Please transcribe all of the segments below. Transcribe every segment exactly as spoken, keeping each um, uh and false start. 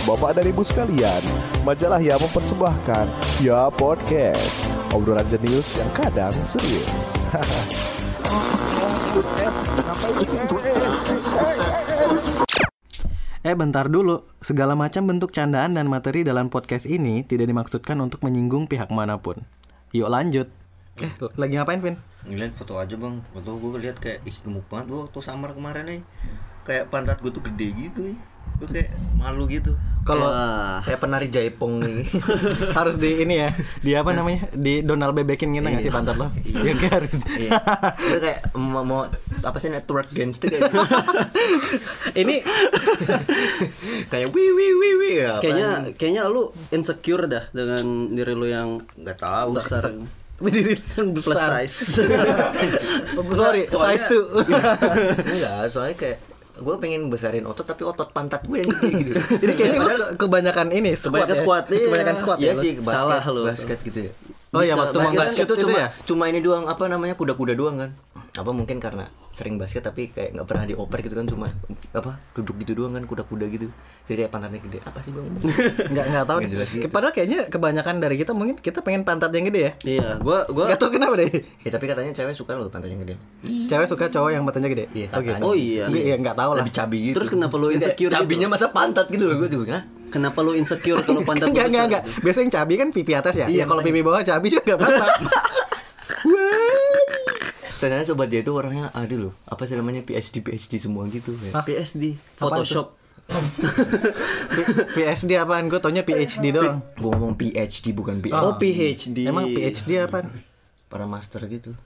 Bapak dan Ibu sekalian, majalah Ya mempersembahkan Ya Podcast, obrolan jenius yang kadang serius. Eh bentar dulu, segala macam bentuk candaan dan materi dalam podcast ini tidak dimaksudkan untuk menyinggung pihak manapun. Yuk lanjut. Eh lagi ngapain Vin? Ngeliat foto aja bang, foto gue lihat kayak ih gemuk banget gue waktu samar kemarin nih, kayak pantat gue tuh gede gitu nih, gue kayak malu gitu. Kalau kayak, kayak penari jaipong nih. Harus di ini ya, di apa namanya, di Donald bebekin gitu nggak sih pantat lo? Iya kayak harus. Iya. Itu kayak mau, mau apa sih network dance tuh kayak. Ini kayak wih wih wih wih. Kayaknya kayaknya lu insecure dah dengan diri lu yang nggak tahu besar. berdiri yang Plus besar. size. Sorry, Soalnya- size tuh. Enggak, soalnya kayak gue pengen besarin otot tapi otot pantat gue yang gede gitu. Ini kayaknya lo ke- kebanyakan ini squat Kebanyakan ya? squat, iya. Kebanyakan squat Iya ya lo? sih, basket, Salah lu. basket gitu ya. Oh iya, Bisa, waktu basket mau Basket basket itu itu cuma ya? cuma ini doang, apa namanya, kuda-kuda doang kan. Apa mungkin karena sering basket tapi kayak nggak pernah dioper gitu kan, cuma apa duduk gitu doang kan, kuda-kuda gitu. Jadi kayak pantatnya gede. Apa sih gue ngomong? Nggak nggak tahu. Nggak jelas gitu. Padahal kayaknya kebanyakan dari kita mungkin kita pengen pantat yang gede ya. Iya, gua gua Nggak tahu kenapa deh. Ya tapi katanya cewek suka loh pantat yang gede. Cewek suka cowok yang matanya gede. Iya, Oh, gitu. katanya. Oh iya. Gue ya nggak tahu lah. Lebih cabi gitu. Terus kenapa lu Kayak insecure gitu? cabinya masa pantat gitu loh gue juga. Hah? Kenapa lu insecure kalau pantat lu Enggak enggak besar? enggak. Biasanya yang cabi kan pipi atas ya. Iya, Ya kalau makanya. pipi bawah cabi juga nggak apa-apa. Ternyata sobat dia itu orangnya aduh loh, apa sih namanya, P H D P H D semua gitu kayak. P S D, Photoshop. P S D apaan? Gue taunya P H D doang. Gue ngomong P H D bukan P H D. Oh, P H D. Emang P H D apaan? Para master gitu.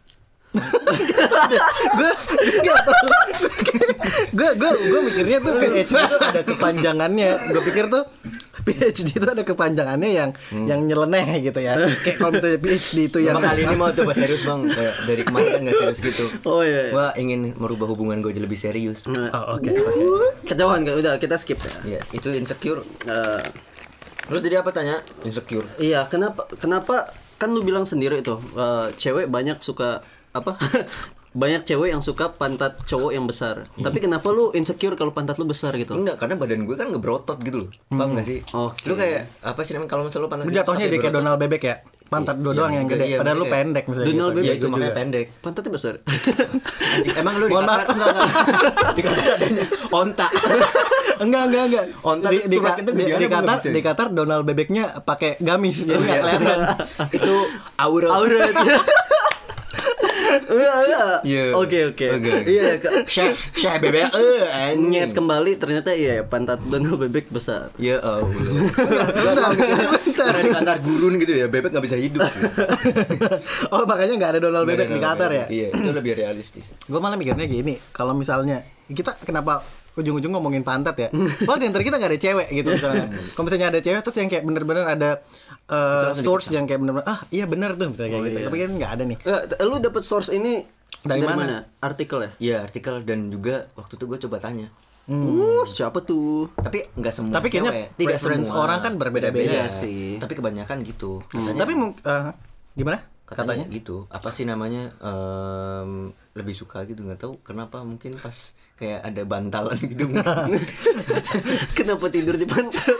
Gue nggak tahu. Gue gue gue mikirnya tuh P H D itu ada kepanjangannya. Gue pikir tuh P H D itu ada kepanjangannya yang Hmm. yang nyeleneh gitu ya. Kayak kalau misalnya P H D itu yang Emang kali ini mau coba serius bang, kayak dari kemarin kan nggak serius gitu. Oh iya. iya. Gua ingin merubah hubungan gue jadi lebih serius. Nah, Oh, oke. Kejauhan kan udah kita skip ya. Iya, itu insecure. Eh, Lu tadi apa tanya? Insecure. iya, kenapa kenapa kan lu bilang sendiri tuh eh, cewek banyak suka apa? Banyak cewek yang suka pantat cowok yang besar. Tapi kenapa lu insecure kalau pantat lu besar gitu? Enggak, karena badan gue kan ngebrotot gitu loh. Paham nggak sih? Oke. Lu kayak apa sih namanya, kalau misalnya lu pantat Lu jatuhnya sampai dia kayak berotot, Donald bebek ya. Pantat Iya, dua doang iya, yang iya, gede. iya, Padahal lu makanya pendek misalnya. Donald gitu. Iya, bebek itu Gua makanya juga. pendek. Pantatnya besar. Anjing, emang lu di Mohon Qatar maaf. enggak enggak. Di Qatar adanya onta. Enggak enggak enggak. Onta di, tuh di, turak Ka- itu di, gimana di gua nggak Qatar bisa. di Qatar Donald bebeknya pakai gamis jadi nggak kelihatan. Itu aurat. Aurat. Enggak, enggak. Iya. Oke, oke. Oke, oke. Iya, ke- Syekh, Syekh bebek eh anjing. nyet kembali ternyata iya pantat Donald bebek besar. Ya Allah. Karena di Qatar gurun gitu ya, bebek nggak bisa hidup. Oh makanya nggak ada Donald Nggak ada bebek di nama Qatar ya. bebek. Iya, itu lebih realistis. Gue malah mikirnya gini, kalau misalnya kita kenapa ujung-ujung ngomongin pantat ya? Padahal di antara kita nggak ada cewek gitu misalnya. Kalau misalnya ada cewek terus yang kayak bener-bener ada uh, source yang kayak bener-bener ah iya bener tuh misalnya kayak gitu. Tapi kan nggak ada nih. Eh, lu dapat source ini Dari mana? Artikel ya? Iya, artikel, dan juga waktu itu gue coba tanya. Uh, siapa tuh? Tapi nggak semua Tapi kayaknya cewek, tidak preference semua. orang kan berbeda-beda Iya sih. Tapi kebanyakan gitu. Katanya, Tapi mung- uh, gimana? katanya, Katanya? gitu. Apa sih namanya? em, lebih suka gitu, nggak tahu kenapa, mungkin pas kayak ada bantalan gitu. Kenapa tidur di pantat?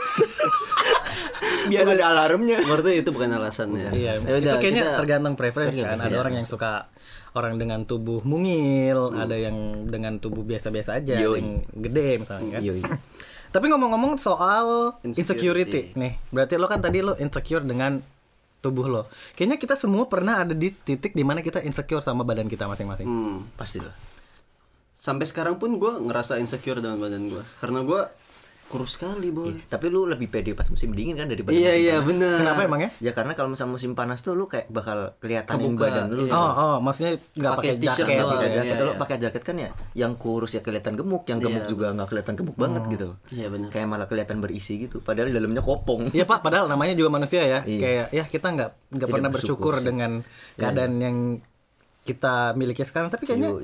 Biar ada alarmnya. Berarti itu bukan alasannya. Iya, Ya itu udah, kayaknya kita- tergantung preference kan. Tergantung, Ada iya. orang yang suka orang dengan tubuh mungil, ada yang dengan tubuh biasa-biasa aja, ada Yoi. yang gede misalnya kan. Yoi. Tapi ngomong-ngomong soal insecurity. Insecurity. Nih, berarti lo kan tadi lo insecure dengan tubuh lo. Kayaknya kita semua pernah ada di titik dimana kita insecure sama badan kita masing-masing. Hmm. Pastilah. Sampai sekarang pun gue ngerasa insecure dengan badan gue. Karena gue kurus sekali, boy. Iya, tapi lu lebih pede pas musim dingin kan daripada Iya, musim iya, panas. benar. Kenapa emang ya? Ya karena kalau misalnya musim panas tuh lu kayak bakal kelihatan Kebuka, badan lu. iya. gitu. Oh, oh, maksudnya nggak Pakai pakai t-shirt jaket. doang. Pakai Iya, jaket, iya, kalau iya. pakai jaket kan ya, yang kurus ya kelihatan gemuk, yang gemuk Iya. juga nggak kelihatan gemuk banget gitu. Iya, benar. Kayak malah kelihatan berisi gitu, padahal di dalamnya kopong. Iya Pak, padahal namanya juga manusia ya. Iya. Kayak ya kita nggak nggak Tidak pernah bersyukur bersyukur sih. dengan keadaan yang kita miliki sekarang. Tapi kayaknya Yoi.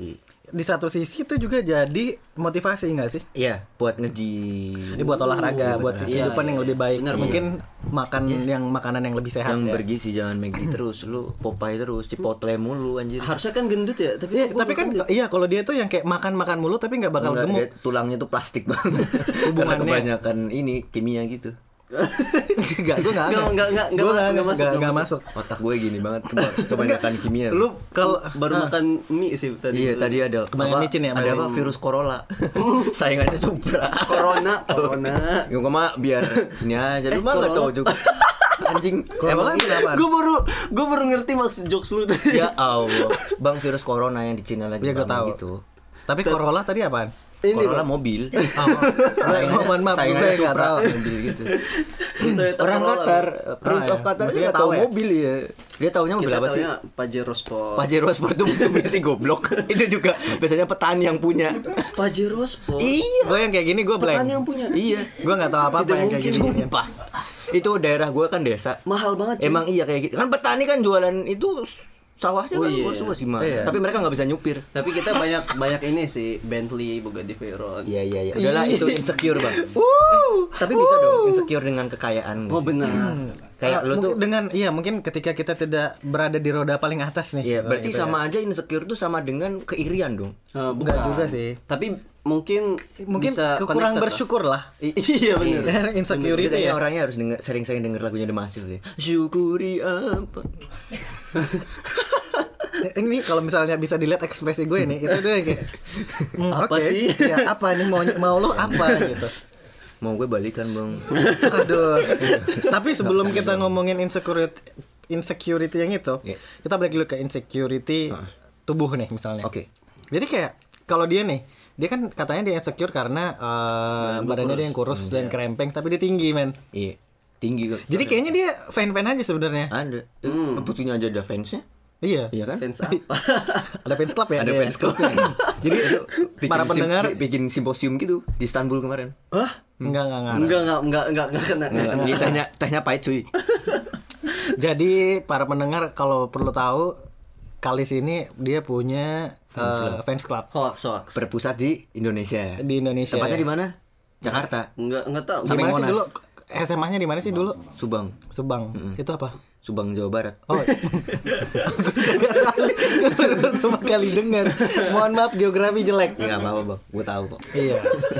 di satu sisi itu juga jadi motivasi nggak sih? Iya, buat ngeji. Ini buat olahraga, buat kehidupan iya, yang iya. lebih baik. Benar, Mungkin makan yang makanan yang lebih sehat Yang ya. bergizi, jangan McD terus, lu Popeye terus, Chipotle mulu anjir. Harusnya kan gendut ya, tapi Iya, gua tapi kan gendut. iya kalau dia tuh yang kayak makan-makan mulu tapi nggak bakal Enggak, gemuk. dia tulangnya tuh plastik banget. Karena Hubungannya. kebanyakan ini kimia gitu. Enggak, gue enggak. Nggak, nggak, nggak, nggak, Gue nggak enggak masuk, masuk, nggak enggak masuk. Otak gue gini banget, keba- kebanyakan kimia. Lu kalau baru makan mie sih tadi. Iya, tadi ada Kebanyakan micin ya, ada Bang? apa virus corona. Saingannya Supra. Corona, corona. Ya gue mah biar ini aja lu Eh, mah enggak tahu corona. juga. Anjing, Corona emang kenapa? Gue baru gue baru ngerti maksud jokes lu tadi. ya Allah. Bang, virus corona yang di Cina lagi ya gue rame tahu. gitu. Tapi Corolla tadi apaan? Ini Corona Bang. mobil. Oh, mohon maaf, gue saingannya nggak Supra tahu. mobil gitu. Toyota Orang Corolla, Qatar, Bang. Prince Ah, of ya. Qatar dia Maksudnya nggak tahu tahu ya? mobil ya. Dia taunya mobil Kita apa sih? taunya Pajero Sport. Pajero Sport itu Mitsubishi goblok. Itu juga biasanya petani yang punya. Pajero Sport. Iya. Gue yang kayak gini gue blank. Petani yang punya. Iya. Gue nggak tahu apa-apa Tidak yang kayak mungkin, gini. Sumpah. Itu daerah gue kan desa. Mahal banget. cuy. Emang iya kayak gitu. Kan petani kan jualan itu sawahnya Oh, kan iya. luas-luas gimana. Iya. Tapi mereka nggak bisa nyupir. Tapi kita banyak banyak ini sih Bentley, Bugatti Veyron. Iya iya iya. Udahlah itu insecure, Bang. Tapi bisa dong insecure dengan kekayaan. Oh benar. Kayak Ah, lu tuh mungkin dengan iya mungkin ketika kita tidak berada di roda paling atas nih. iya, Oh, berarti gitu ya. sama aja insecure tuh sama dengan keirian dong. Eh, Enggak juga sih. Tapi mungkin Mungkin bisa kurang connected bersyukur lah. lah. I- iya benar. Itu Insecurity kayaknya ya. orangnya harus denger, sering-sering denger lagunya The Massive sih. Syukuri apa. Ini kalau misalnya bisa dilihat ekspresi gue nih, itu dia kayak hmm, Apa oke. sih? Ya, apa nih mau mau lo apa gitu. Mau gue balikan, Bang. Aduh. Tapi sebelum kita ngomongin insecurity insecurity yang itu, Iya. kita balik dulu ke insecurity tubuh nih misalnya. Oke. Jadi kayak kalau dia nih, dia kan katanya dia insecure karena uh, badannya dia yang kurus dan krempeng, tapi dia tinggi, men. Iya. Tinggi kok. Jadi kayaknya dia fan-fan aja sebenarnya. ada. Eh, Putunya aja ada fansnya. Iya. Iya kan? Fans apa? Ada fans club ya? Ada dia? fans club. Jadi Bikin para sim- pendengar bi- bikin simposium gitu di Istanbul kemarin. Hah? enggak enggak enggak. Enggak enggak enggak enggak enggak kena. Enggak, ini tehnya tehnya pahit cuy. Jadi para pendengar kalau perlu tahu Kalis ini dia punya uh, fans club Hoax hoax. Berpusat di Indonesia. di Indonesia. Tempatnya ya. di mana? Jakarta. Enggak enggak tahu. Di Samping mana sih Monas. dulu? S M A-nya di mana sih dulu? Subang. Subang. Itu apa? Subang Jawa Barat. Oh, baru pertama kali dengar. Mohon maaf geografi jelek. Enggak apa-apa, Bang. Gue tahu kok. Iya.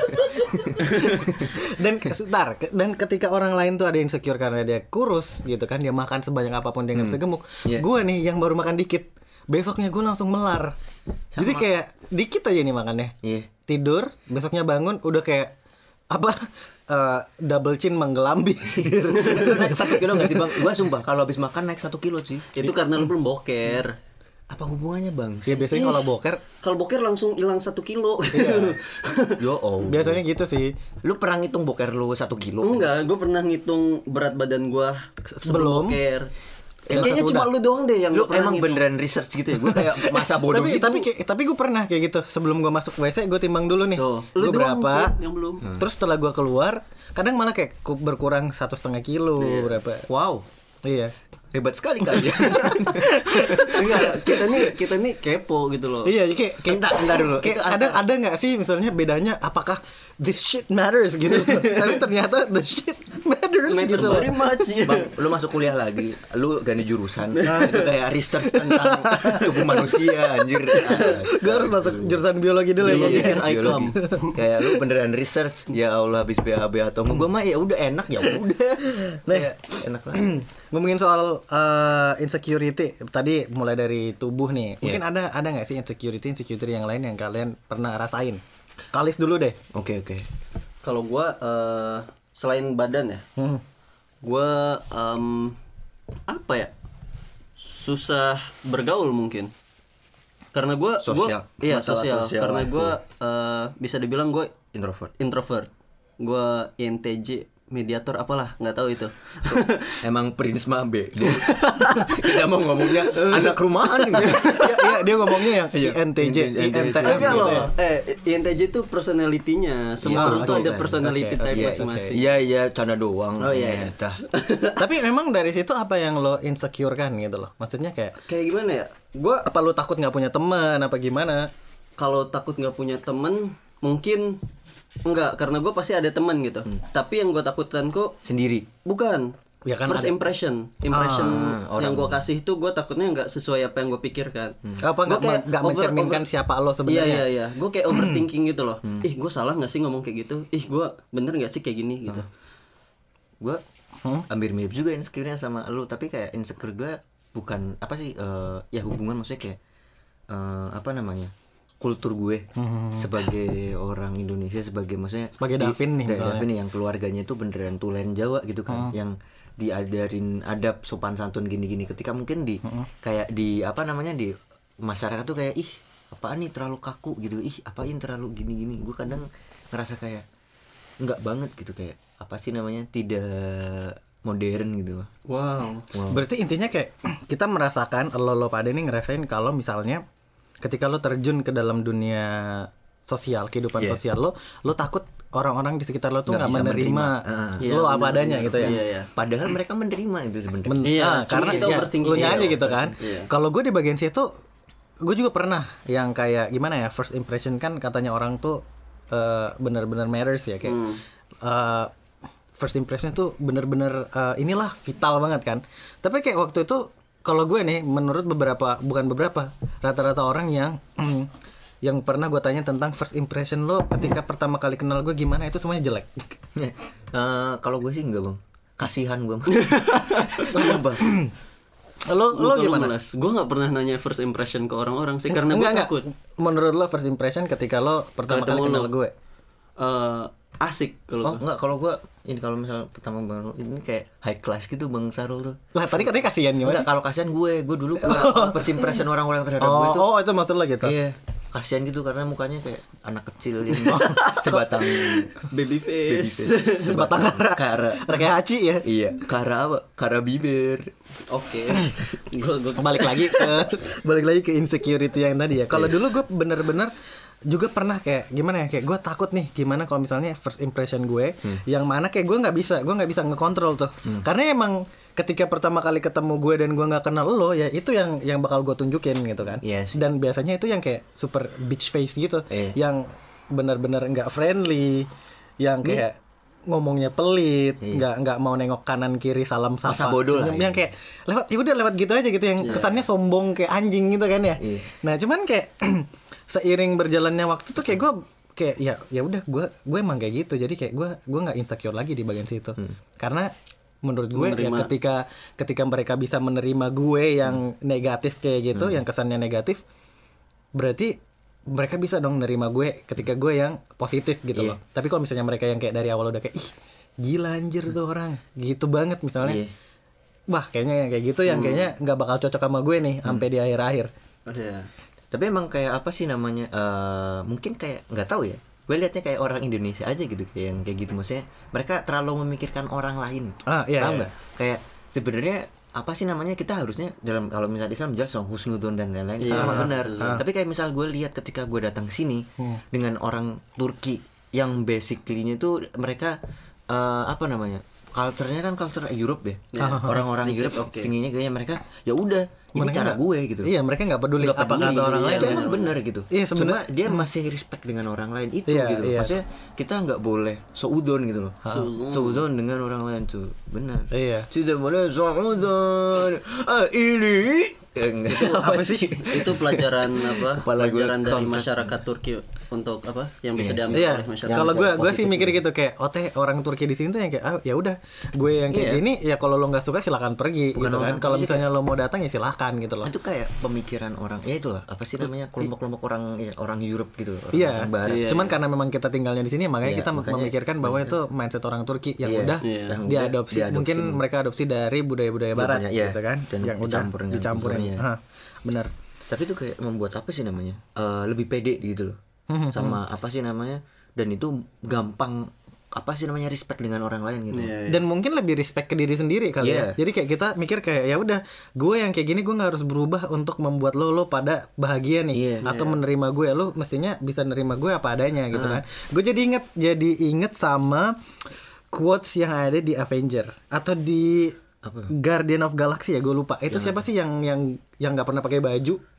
dan sebentar, ke- dan ketika orang lain tuh ada yang insecure karena dia kurus gitu kan, dia makan sebanyak apapun dia nggak bisa gemuk. Iya. Gue nih yang baru makan dikit, besoknya gue langsung melar. Jadi kayak dikit aja nih makannya. Iya. Tidur, besoknya bangun udah kayak apa? eh, double chin menggelambir. Naik satu kilo nggak sih, Bang? Gua sumpah kalau habis makan naik satu kilo sih. Itu karena lu belum boker. Apa hubungannya, Bang? Ya biasanya kalau boker Kalau boker langsung hilang satu kilo. Yo, oh. biasanya gitu sih. Lu pernah ngitung boker lu satu kilo? Enggak, gue pernah ngitung berat badan gua Sebelum? boker. Eh, Kayaknya sesudah. cuma lu doang deh yang Lu nggak pernah emang ngitung. beneran research gitu ya? Gue kayak masa bodoh tapi gitu. tapi kayak- tapi gue pernah kayak gitu. Sebelum gue masuk W C gue timbang dulu nih. Tuh, Gue lu doang, berapa? Put, yang belum. Terus setelah gue keluar, kadang malah kayak ku- berkurang satu setengah kilo berapa? Wow, Iya. hebat sekali kalian. Enggak, kita nih kita nih kepo gitu loh. Iya, kayak kayak Entar, entar dulu. Kayak Itu ada ada nggak sih misalnya bedanya apakah this shit matters gitu? Tapi ternyata the shit matters Matters gitu. very much. Bang, lu masuk kuliah lagi, lu ganti jurusan. Itu kayak research tentang tubuh manusia, anjir. Ah, Gue harus masuk jurusan biologi dulu ya. Iya, Bang. iya, I biologi. come. Kayak lu beneran research. Ya Allah, habis B A B atau gue mah ya udah enak ya udah. Kayak enak lah. Ngomongin soal uh, insecurity tadi mulai dari tubuh nih. Mungkin Iya. ada ada nggak sih insecurity insecurity yang lain yang kalian pernah rasain? Kalis dulu deh. Oke, oke. Kalau gua eh, selain badan ya, Hmm. gua em, apa ya? Susah bergaul mungkin. Karena gua Sosial. gua iya Masalah sosial. sosial Karena life gua eh, bisa dibilang gua Introvert. introvert. Gua I N T J mediator apalah, nggak tahu itu. Emang Prince mah B. Dia- Kita mau ngomongnya anak rumahan gitu. Iya, iya, dia ngomongnya yang Iya, I N T J, I N T M Enggak gitu loh. ya. Eh, I N T J itu personality-nya. Semua Iya, orang tuh oke, ada oke. personality Oke, type oke, masing-masing. Iya, iya, canda doang. Oh, iya, iya. Eta. Tapi memang dari situ apa yang lo insecure kan gitu loh. Maksudnya kayak Kayak gimana ya? Gua apa lo takut nggak punya teman apa gimana? kalau takut nggak punya temen mungkin enggak, karena gue pasti ada teman gitu. Hmm. Tapi yang gue takutkan kok sendiri. Bukan. Ya kan first ada. impression, impression Ah, yang orang. gue kasih itu gue takutnya nggak sesuai apa yang gue pikirkan. Hmm. Apa nggak Gua kayak nggak over- mencerminkan over- siapa lo Iya sebenarnya? iya iya. Gue kayak overthinking gitu loh. Ih gue salah nggak sih ngomong kayak gitu? Ih gue bener nggak sih kayak gini gitu. Gue hampir mirip juga insecure-nya sama lu, tapi kayak insecure gue bukan apa sih eh, ya hubungan maksudnya kayak eh, apa namanya? Kultur gue sebagai orang Indonesia, sebagai maksudnya Sebagai di- Davin nih da- misalnya. Davin nih yang keluarganya itu beneran tulen Jawa gitu kan, yang diajarin adab sopan santun gini-gini. Ketika mungkin di kayak di apa namanya di masyarakat tuh kayak ih apaan nih terlalu kaku gitu, ih apain terlalu gini-gini. Gue kadang ngerasa kayak enggak banget gitu, kayak apa sih namanya tidak modern gitu loh. Wow. Berarti intinya kayak kita merasakan lo lo pada ini ngerasain kalau misalnya ketika lo terjun ke dalam dunia sosial, kehidupan Yeah. sosial lo, lo takut orang-orang di sekitar lo tuh Nggak nggak bisa menerima menerima. Ah, iya, lo apa benar, adanya benar. gitu ya. Iya, iya. Padahal mereka menerima itu sebenarnya. Men- Iya, ah, cuma karena kita ya, overthinking. lu nya aja Iya, gitu kan. iya. Kalau gue di bagian situ, gue juga pernah yang kayak gimana ya, first impression kan katanya orang tuh eh, benar-benar matters ya kayak Hmm. eh, first impression tuh bener-bener eh, inilah vital banget kan. Tapi kayak waktu itu kalau gue nih menurut beberapa bukan beberapa rata-rata orang yang yang pernah gue tanya tentang first impression lo ketika pertama kali kenal gue gimana, itu semuanya jelek. Eh, kalau gue sih enggak bang, kasihan gue. Sumpah. Lo lo gimana? Gue nggak pernah nanya first impression ke orang-orang sih karena gue Enggak, enggak. takut. Menurut lo first impression ketika lo pertama kali Ketemu kenal lo. gue? Eh, asik kalau Oh enggak, kalau gue ini kalau misalnya pertama bang ini kayak high class gitu bang Sarul tuh. Lah tadi katanya kasihan gimana? Enggak, kalau kasihan gue, gue dulu gua first impression orang-orang terhadap gue Oh, tuh. oh itu maksud lo gitu. Iya, kasihan gitu karena mukanya kayak anak kecil yang sebatang baby baby face. face, sebatang kara. kara. Kayak Haci ya. Iya, kara apa? Kara bibir. Oke. Gue gue Balik lagi ke balik lagi ke insecurity yang tadi ya. Kalau dulu gue bener-bener juga pernah kayak gimana ya, kayak gue takut nih gimana kalau misalnya first impression gue yang mana kayak gue nggak bisa gue nggak bisa ngekontrol tuh karena emang ketika pertama kali ketemu gue dan gue nggak kenal lo ya itu yang yang bakal gue tunjukin gitu kan. Yes. Dan biasanya itu yang kayak super bitch face gitu Iya. yang benar-benar nggak friendly, yang kayak ngomongnya pelit, nggak nggak mau nengok kanan kiri salam sapa, Masa bodoh lah, senyum, iya. yang kayak lewat ya udah lewat gitu aja gitu yang kesannya sombong kayak anjing gitu kan ya. Iya. Nah cuman kayak seiring berjalannya waktu tuh kayak gue kayak ya ya udah gue gue emang kayak gitu, jadi kayak gue gue nggak insecure lagi di bagian situ karena menurut gue ya Menerima. ketika ketika mereka bisa menerima gue yang negatif kayak gitu, yang kesannya negatif, berarti mereka bisa dong nerima gue ketika gue yang positif gitu Iya. loh. Tapi kalau misalnya mereka yang kayak dari awal udah kayak ih gila anjir tuh orang gitu banget misalnya, Iya. wah kayaknya yang kayak gitu yang kayaknya nggak bakal cocok sama gue nih sampai di akhir-akhir. Iya. Tapi emang kayak apa sih namanya? eh mungkin kayak nggak tahu ya. Gue liatnya kayak orang Indonesia aja gitu, kayak yang kayak gitu maksudnya. Mereka terlalu memikirkan orang lain. Ah, iya, Paham iya. nggak? Kayak sebenarnya apa sih namanya, kita harusnya dalam kalau misalnya Islam jelas so, husnudzon dan lain-lain. Iya, Itu benar. ah. Tapi kayak misal gue lihat ketika gue datang sini dengan orang Turki yang basically-nya itu mereka eh, apa namanya? Culture-nya kan culture Europe ya. Orang-orang Europe tingginya kayaknya mereka ya udah ini Mereka cara nggak- gue gitu. Iya, mereka nggak peduli Nggak apa peduli kata orang gitu. lain. Itu ya. emang benar gitu. Iya, Cuma sebenarnya- dia masih respect dengan orang lain itu Iya, gitu. iya. Maksudnya kita nggak boleh seudon gitu loh. Seudon dengan orang lain tuh. Benar. Iya. Tidak boleh seudon. Ah, ini ya, enggak. Apa sih? Itu pelajaran apa? Kepala gue pelajaran dari konsep. masyarakat Turki untuk apa? Yang bisa Yes. diambil Iya, oleh masyarakat. kalau bisa gue gue sih positif mikir gitu kayak, oh teh orang Turki di sini tuh yang kayak, ah ya udah, gue yang kayak Iya. gini ya kalau lo nggak suka silakan pergi Bukan gitu kan. orang Kalau Turki misalnya lo mau datang ya silakan gitu loh. Itu kayak pemikiran orang, ya itulah apa sih namanya, kelompok-kelompok orang ya, orang Europe gitu loh, orang, Iya, orang barat. Iya, cuman karena memang kita tinggalnya di sini makanya Iya, kita makanya- memikirkan bahwa itu mindset orang Turki yang Iya, udah iya. Yang udah diadopsi, diadopsi. mungkin mereka adopsi dari budaya-budaya barat punya, iya. gitu kan, Dan yang udah dicampur dengan dicampurin. kulturnya. Hah, benar. Tapi itu kayak membuat apa sih namanya, eh, lebih pede gitu loh, sama apa sih namanya, dan itu gampang apa sih namanya respect dengan orang lain gitu. Iya, iya. Dan mungkin lebih respect ke diri sendiri kali Iya. ya. Jadi kayak kita mikir kayak ya udah, gue yang kayak gini gue nggak harus berubah untuk membuat lo lo pada bahagia nih, Iya. atau menerima gue. Lo mestinya bisa nerima gue apa adanya gitu kan. Gue jadi inget jadi inget sama quotes yang ada di Avenger atau di Apa? Guardian of Galaxy ya, gue lupa. Itu siapa sih yang yang yang nggak pernah pakai baju?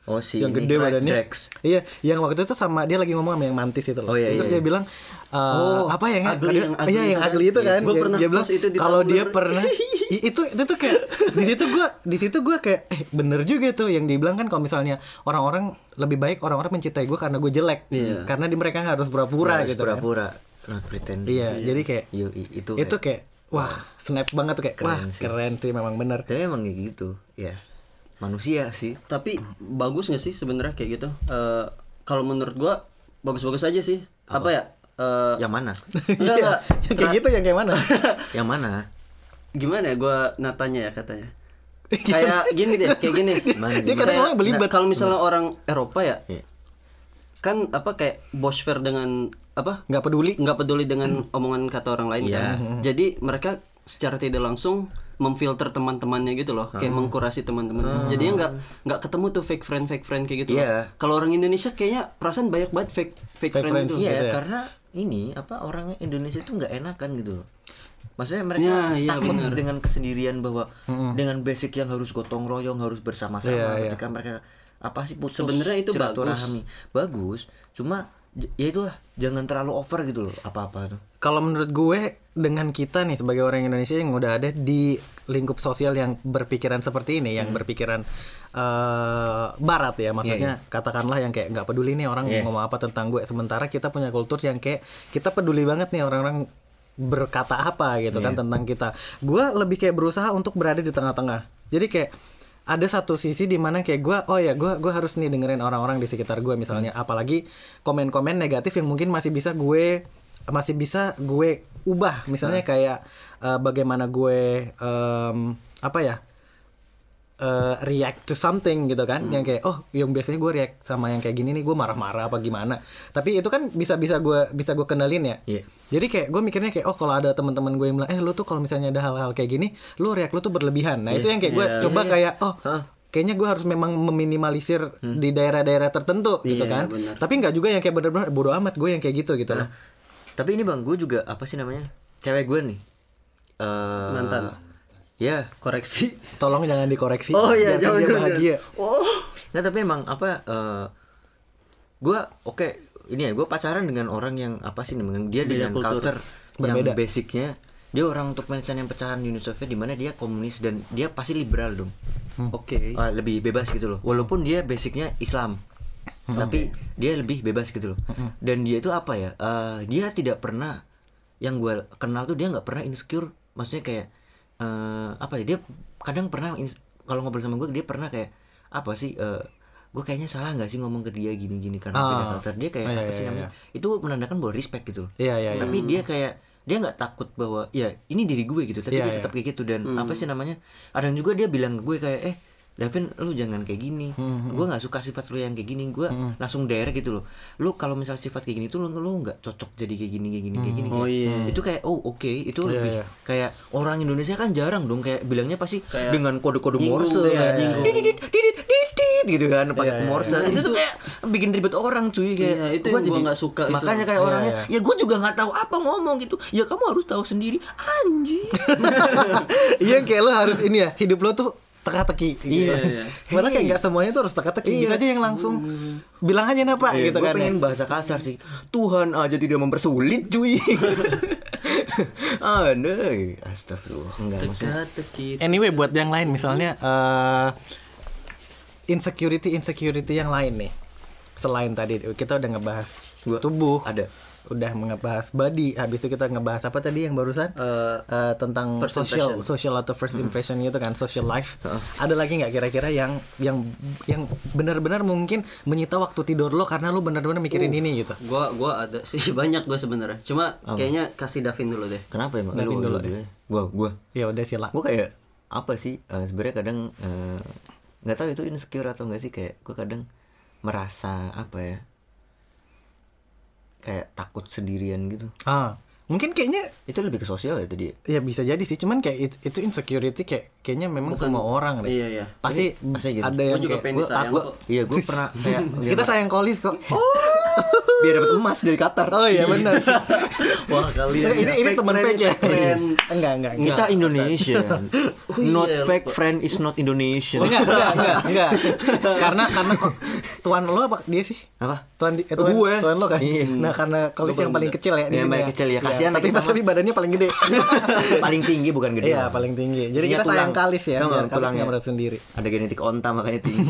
Oh, si yang ini, gede Craig badannya. Drax. Iya, yang waktu itu sama dia lagi ngomong sama yang mantis itu loh. Oh, iya, Terus iya, dia iya. bilang eh, Oh, apa ya? ugly, dia- yang ugly iya, yang itu kan. ugly itu kan. Gua Dia- pernah dia bilang post itu di kalau dia Tumblr. pernah i- itu itu tuh kayak di situ gua di situ gua kayak eh bener juga tuh yang dibilang kan kalau misalnya orang-orang lebih baik orang-orang mencintai gue karena gue jelek. Iya. Karena di mereka harus pura-pura Harus gitu kan. pura-pura, not pretend. Iya, jadi kayak Yo, i- itu itu kayak- kayak wah, snap banget tuh kayak Keren wah, sih. keren tuh memang bener. Tapi emang kayak gitu, ya manusia sih. Tapi bagus nggak sih sebenarnya kayak gitu? Eh, kalau menurut gua bagus-bagus aja sih. Apa, ya? Eh, Yang mana? enggak enggak. Yang kayak gitu yang kayak mana? Yang mana? Gimana ya gua natanya ya katanya? Kayak gini deh, kayak gini. Mana, Dia gimana? kadang orang belibet. Nah, kalau misalnya orang Eropa ya, Iya. kan apa kayak Bosfer dengan apa? Nggak peduli. Nggak peduli dengan omongan kata orang lain Iya. kan. Jadi mereka secara tidak langsung memfilter teman-temannya gitu loh, kayak mengkurasi teman-temannya. Jadinya nggak nggak ketemu tuh fake friend fake friend kayak gitu. loh. Iya. Kalau orang Indonesia kayaknya perasaan banyak banget fake fake, Fake friend friends, itu. gitu Iya, ya. karena ini apa orang Indonesia itu nggak enakan gitu loh. Maksudnya mereka Ya, iya, takut benar. dengan kesendirian bahwa dengan basic yang harus gotong royong, harus bersama-sama Iya, iya. ketika mereka apa sih putus Sebenarnya itu silaturahmi. Bagus, cuma j- ya itulah jangan terlalu over gitu loh apa-apa tuh. Kalau menurut gue dengan kita nih sebagai orang Indonesia yang udah ada di lingkup sosial yang berpikiran seperti ini, yang berpikiran eh, barat ya, maksudnya katakanlah yang kayak nggak peduli nih orang Iya. ngomong apa tentang gue, sementara kita punya kultur yang kayak kita peduli banget nih orang-orang berkata apa gitu kan tentang kita. Gue lebih kayak berusaha untuk berada di tengah-tengah. Jadi kayak ada satu sisi di mana kayak gue, oh ya gue gue harus nih dengerin orang-orang di sekitar gue misalnya, apalagi komen-komen negatif yang mungkin masih bisa gue masih bisa gue ubah, misalnya kayak eh, bagaimana gue em, apa ya eh, react to something gitu kan, yang kayak oh yang biasanya gue react sama yang kayak gini nih gue marah-marah apa gimana, tapi itu kan bisa bisa gue bisa gue kenalin ya. Iya. Jadi kayak gue mikirnya kayak oh kalau ada teman-teman gue yang bilang eh lu tuh kalau misalnya ada hal-hal kayak gini lu react lu tuh berlebihan. Nah itu yang kayak gue Iya. coba Iya, kayak oh Hah? kayaknya gue harus memang meminimalisir di daerah-daerah tertentu gitu Iya, kan. benar. Tapi nggak juga yang kayak bener-bener bodo amat gue yang kayak gitu gitu loh. Tapi ini Bang, gue juga apa sih namanya? Cewek gue nih. Eh Mantan. Ya. Koreksi. Tolong jangan dikoreksi. Oh iya, Biarkan jangan dia jangan. bahagia. Oh. Nah tapi emang apa? eh gue oke ini ya gue pacaran dengan orang yang apa sih namanya? Dia Beda dengan kultur. culture yang Berbeda. basicnya dia orang Turkmenistan yang pecahan Uni Soviet di mana dia komunis dan dia pasti liberal dong. Oke. Ah, lebih bebas gitu loh. Walaupun dia basicnya Islam. Tapi dia lebih bebas gitu loh. Dan dia itu apa ya? eh, dia tidak pernah yang gue kenal tuh dia nggak pernah insecure. Maksudnya kayak eh, apa ya? Dia kadang pernah ins- kalau ngobrol sama gue dia pernah kayak apa sih? eh, gue kayaknya salah nggak sih ngomong ke dia gini-gini karena Ah. beda culture. Dia kayak Oh, iya, apa sih iya, namanya? Itu menandakan bahwa respect gitu loh. Iya iya iya. Tapi dia kayak dia nggak takut bahwa ya ini diri gue gitu, tapi Iya, dia iya. tetap kayak gitu dan apa sih namanya? Ada juga dia bilang ke gue kayak eh Davin lu jangan kayak gini, gue nggak suka sifat lu yang kayak gini, gue langsung direct gitu loh. Lu kalau misal sifat kayak gini tuh lu lu nggak cocok jadi kayak gini kayak gini kayak gini. Oh, kayak, iya. Itu kayak oh oke itu Iya, lebih iya. kayak orang Indonesia kan jarang dong kayak bilangnya pasti Kayak dengan kode-kode nyinggung, Morse iya, kayak nyinggung. didit didit didit gitu kan pakai Iya, iya. Morse. Itu tuh kayak bikin ribet orang cuy kayak. Iya, itu yang gua nggak suka itu. Makanya kayak Iya, orangnya iya. ya gue juga nggak tahu apa ngomong gitu. Ya kamu harus tahu sendiri anjing. Iya kayak lo harus ini ya, hidup lo tuh teka-teki gitu. Iya, iya. Padahal kayak nggak semuanya tuh harus teka-teki. Bisa aja yang langsung bilang aja napa Iya, gitu gue kan. pengen bahasa kasar sih. Tuhan aja tidak mempersulit cuy. Aneh. Astagfirullah. Enggak maksudnya. Teka-teki. Anyway buat yang lain misalnya eh insecurity insecurity yang lain nih. Selain tadi kita udah ngebahas Gua- tubuh, Ada. udah ngebahas body, habis itu kita ngebahas apa tadi yang barusan? Eh, Eh, tentang first social impression. social atau first impression gitu kan, social life. Ada lagi nggak kira-kira yang yang yang benar-benar mungkin menyita waktu tidur lo karena lo benar-benar mikirin ini gitu. gua gua ada sih banyak gua sebenarnya. Cuma kayaknya kasih Davin dulu deh. Kenapa emang? Davin Lu- dulu lu- deh. lu- Gua gua. Ya udah sila. Gua kayak apa sih? eh, sebenarnya kadang eh, nggak tahu itu insecure atau enggak sih kayak gua kadang merasa apa ya? Kayak takut sendirian gitu. Ah, mungkin kayaknya Itu lebih ke sosial ya tadi. ya bisa jadi sih, cuman kayak it- itu insecurity kayak kayaknya memang Bukan- semua orang deh. Iya, iya. Pasti Pasti gitu. ada Gua yang juga kayak pengen gua disayang takut. kok. Iya, gue pernah kayak Kita sayang kolis kok. biar dapat emas dari Qatar. Oh iya benar. Wah kalian. ini ini teman friend, fake ya. friend. Enggak enggak. enggak. Kita Indonesian. Not iya, fake lupa. friend is not Indonesian. Enggak enggak enggak enggak. karena karena kok tuan lo apa dia sih? Apa? Tuan di, eh, tuan, Gue. tuan lo kan. Iya. Nah karena kolis yang paling kecil ya. di Yang sini paling kecil ya, kasihan tapi kita tapi badannya paling gede. Paling tinggi bukan gede. Iya paling tinggi. Jadi Isinya kita sayang tulang. kalis ya. Tau nggak Biar kalis tulangnya? nggak berat sendiri. Ada genetik onta makanya tinggi.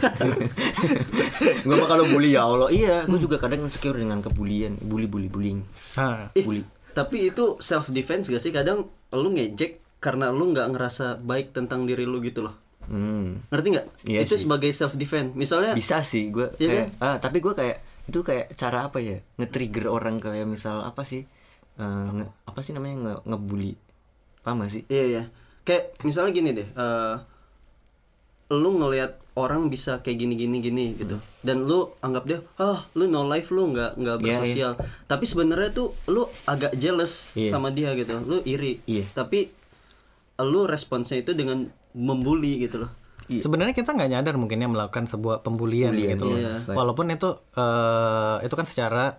Gue mah kalau bully ya Allah. Iya, gue juga kadang insecure dengan kebulian, bully-bully bullying. Hah. Ih, Bully. tapi itu self defense gak sih? Kadang lu ngejek karena lu nggak ngerasa baik tentang diri lu gitu loh. Hmm. Ngerti nggak? Iya Itu sih. sebagai self defense. Misalnya Bisa sih gue Iya kayak ah tapi gue kayak itu kayak cara apa ya? Nge-trigger orang kayak misal apa sih? Eh, nge, apa sih namanya nge ngebully. Paham gak sih? Iya ya. Kayak misalnya gini deh, eh lu ngelihat orang bisa kayak gini gini gini gitu. Dan lu anggap dia, "Ah, lu no life, lu nggak nggak Iya, bersosial." Tapi sebenarnya tuh lu agak jealous Iya. sama dia gitu. Lu iri. Iya. Tapi lu responsnya itu dengan membuli gitu loh. Iya. Sebenarnya kita nggak nyadar mungkinnya melakukan sebuah pembulian Pembulian, gitu loh. iya. Walaupun itu eh, itu kan secara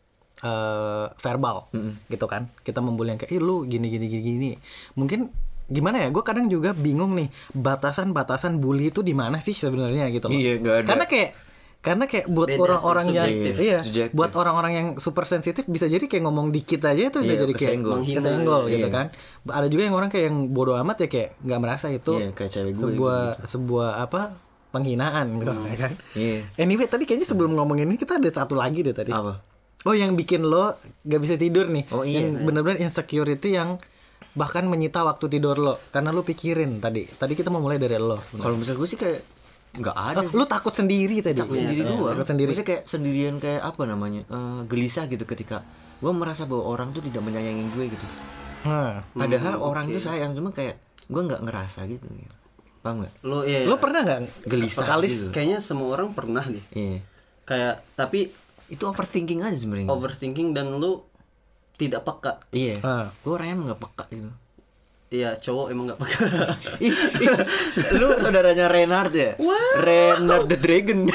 eh, verbal gitu kan. Kita membuli yang kayak, "Ih lu gini gini gini gini." Mungkin gimana ya? Gue kadang juga bingung nih batasan-batasan bully itu di mana sih sebenarnya gitu loh. Iya, nggak ada. Karena kayak karena kayak buat Beda orang-orang sih, yang subjektif. iya, Subjektif. buat orang-orang yang super sensitif bisa jadi kayak ngomong dikit aja itu udah Iya, jadi kayak kesenggol. Menghina, kesenggol gitu iya. kan. Ada juga yang orang kayak yang bodoh amat ya kayak nggak merasa itu Iya, kayak cewek gue sebuah sebuah apa penghinaan misalnya kan. Iya. Anyway tadi kayaknya sebelum ngomongin ini kita ada satu lagi deh tadi. Apa? Oh yang bikin lo gak bisa tidur nih. Oh, iya. Yang benar-benar insecurity yang bahkan menyita waktu tidur lo karena lo pikirin tadi. Tadi kita mau mulai dari lo sebenarnya. Kalau misal gue sih kayak nggak ada. Oh, lo takut sendiri tadi. Takut sendiri Iya, doang. Takut sendiri. Maksudnya kayak sendirian kayak apa namanya? eh, gelisah gitu ketika gue merasa bahwa orang tuh tidak menyayangi gue gitu. Hah. Padahal Hmm, orang oke. tuh sayang cuma kayak gue nggak ngerasa gitu. Paham nggak? Lu iya. Lo pernah nggak Gelisah kalis gitu. Kayaknya semua orang pernah deh. Iya. Kayak tapi Itu overthinking aja sebenarnya. overthinking dan lu tidak peka. Iya. Ah. Gue orangnya emang nggak peka gitu. Iya, cowok emang nggak peka. Ih, ih, lu saudaranya Renard ya? Renard the Dragon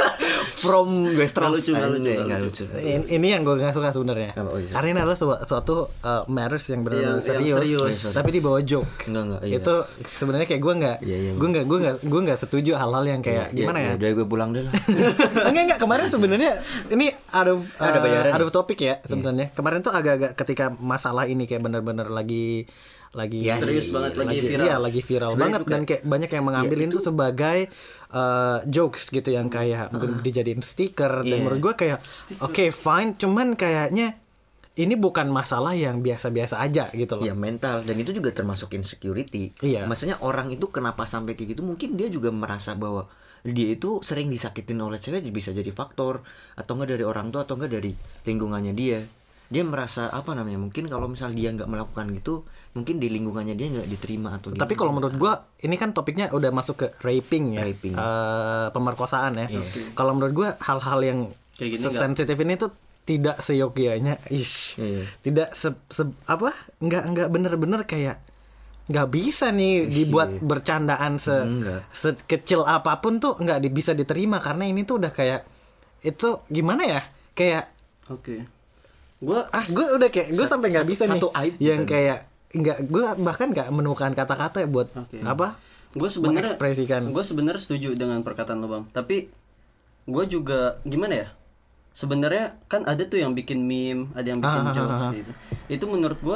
from Westeros. Nggak lucu, nggak lucu, Anjay, nggak nggak lucu. lucu. ini, ini yang gue gak suka sebenarnya. Apa? Oh, iya. Karena ini adalah suatu, suatu uh, matters yang benar-benar Yang- yang serius, serius. tapi dibawa joke. Enggak, enggak, iya. Itu sebenarnya kayak gue nggak, Iya, iya, gue nggak, gue nggak, gue nggak setuju hal-hal yang kayak gimana ya? Udah gue pulang deh lah. enggak enggak kemarin sebenarnya ini ada Ada bayaran ada ya? topik ya sebenarnya. Kemarin tuh agak-agak ketika masalah ini kayak benar-benar lagi lagi Iya, Serius sih, banget, lagi lagi viral. Iya, lagi viral Sebenarnya banget itu dan kayak- kayak banyak yang mengambil itu sebagai uh, jokes gitu yang kayak mungkin dijadiin stiker dan Iya. menurut gue kayak oke fine cuman kayaknya ini bukan masalah yang biasa-biasa aja gitu loh. Ya mental dan itu juga termasuk insecurity. Iya. Maksudnya orang itu kenapa sampai kayak gitu? Mungkin dia juga merasa bahwa dia itu sering disakitin oleh cewek bisa jadi faktor atau enggak dari orang tua atau enggak dari lingkungannya dia. Dia merasa apa namanya? Mungkin kalau misal dia nggak melakukan gitu, mungkin di lingkungannya dia nggak diterima atau Tapi kalau menurut gua ini kan topiknya udah masuk ke raping ya, Raping. Eh, pemerkosaan ya. Iya. Kalau menurut gua hal-hal yang Kayak gini sesensitif ini tuh tidak seyogianya, ish, Iya. tidak se, se- apa, nggak nggak bener-bener kayak nggak bisa nih dibuat bercandaan se Enggak. sekecil apapun tuh nggak di- bisa diterima karena ini tuh udah kayak itu gimana ya kayak Oke. Gua ah gue udah kayak gue sampai nggak satu- bisa nih satu aib yang gitu. kayak nggak gue bahkan nggak menemukan kata-kata buat Oke. apa gue sebenarnya mengekspresikan. gue sebenarnya setuju dengan perkataan lo bang, tapi gue juga gimana ya, sebenarnya kan ada tuh yang bikin meme, ada yang bikin Ah, ah, jokes ah, ah. gitu. Itu menurut gue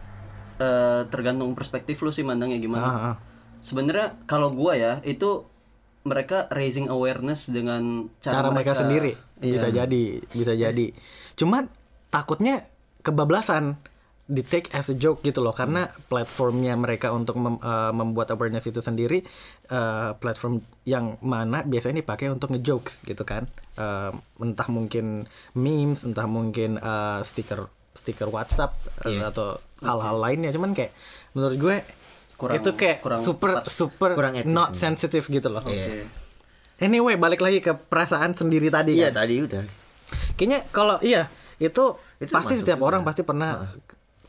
eh, tergantung perspektif lo sih mandangnya gimana. Ah, ah. Sebenarnya kalau gue ya itu mereka raising awareness dengan cara, cara mereka, sendiri Iya. bisa jadi bisa jadi cuma takutnya kebablasan di take as a joke gitu loh karena platformnya mereka untuk mem- uh, membuat awareness itu sendiri uh, platform yang mana biasanya dipakai untuk ngejokes gitu kan. Uh, entah mungkin memes entah mungkin uh, stiker stiker WhatsApp uh, Iya. atau hal-hal lainnya cuman kayak menurut gue Kurang- itu kayak kurang super tepat. super Kurang etis not nih. sensitive gitu loh. Iya. Anyway, balik lagi ke perasaan sendiri tadi Iya kan. tadi udah. Kayaknya kalau iya itu, Itu pasti masuk setiap juga. orang pasti pernah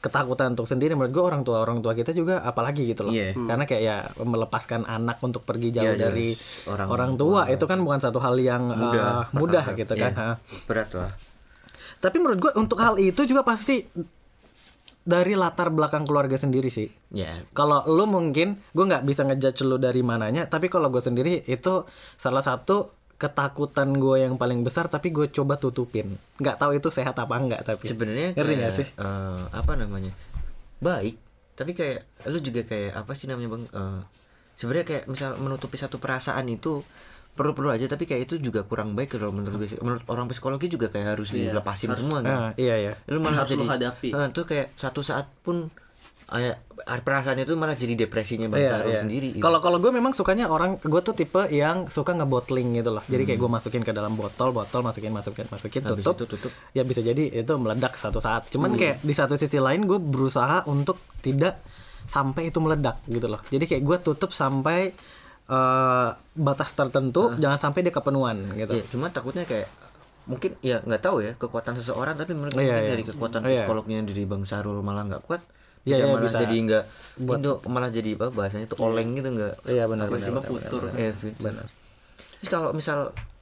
ketakutan untuk sendiri, menurut gue orang tua orang tua kita juga apalagi gitu loh. Iya. Karena kayak ya melepaskan anak untuk pergi jauh Iya, dari orang- orang, tua itu kan bukan satu hal yang Mudah. uh, mudah Pertama, gitu iya. kan. Ha. Berat lah. Tapi menurut gue untuk hal itu juga pasti dari latar belakang keluarga sendiri sih. Ya. Kalau lu mungkin gue nggak bisa ngejudge lu dari mananya, tapi kalau gue sendiri itu salah satu ketakutan gue yang paling besar, tapi gue coba tutupin. Nggak tahu itu sehat apa enggak, tapi Sebenarnya ngerti kayak, nggak sih? eh, apa namanya? Baik, tapi kayak lu juga kayak apa sih namanya, Bang? Eh, sebenarnya kayak misal menutupi satu perasaan itu perlu-perlu aja, tapi kayak itu juga kurang baik kalau menurut gue. Menurut orang psikologi juga kayak harus Iya, dilepasin harus- semua kan. Ah, iya ya. Lu malah Harus lu jadi hadapi. eh, tuh kayak satu saat pun kayak perasaan itu malah jadi depresinya Bang Iya, Sarul iya. sendiri. gitu. Kalau kalau gue memang sukanya orang, gue tuh tipe yang suka ngebottling gitu loh. Jadi kayak gue masukin ke dalam botol, botol masukin, masukin, masukin, Habis tutup. itu tutup. Ya bisa jadi itu meledak satu saat. Cuman kayak di satu sisi lain gue berusaha untuk tidak sampai itu meledak gitu loh. Jadi kayak gue tutup sampai eh, batas tertentu, jangan sampai dia kepenuhan gitu. Iya, cuma takutnya kayak mungkin ya nggak tahu ya kekuatan seseorang, tapi menurut Iya, mungkin iya. dari kekuatan Iya. psikolognya dari Bang Sarul malah nggak kuat, Iya, bisa iya, malah bisa. jadi nggak itu malah jadi apa bahasanya itu oleng gitu nggak. Iya, benar, apa benar, sih? benar, futur. Eh, futur. Terus kalau misal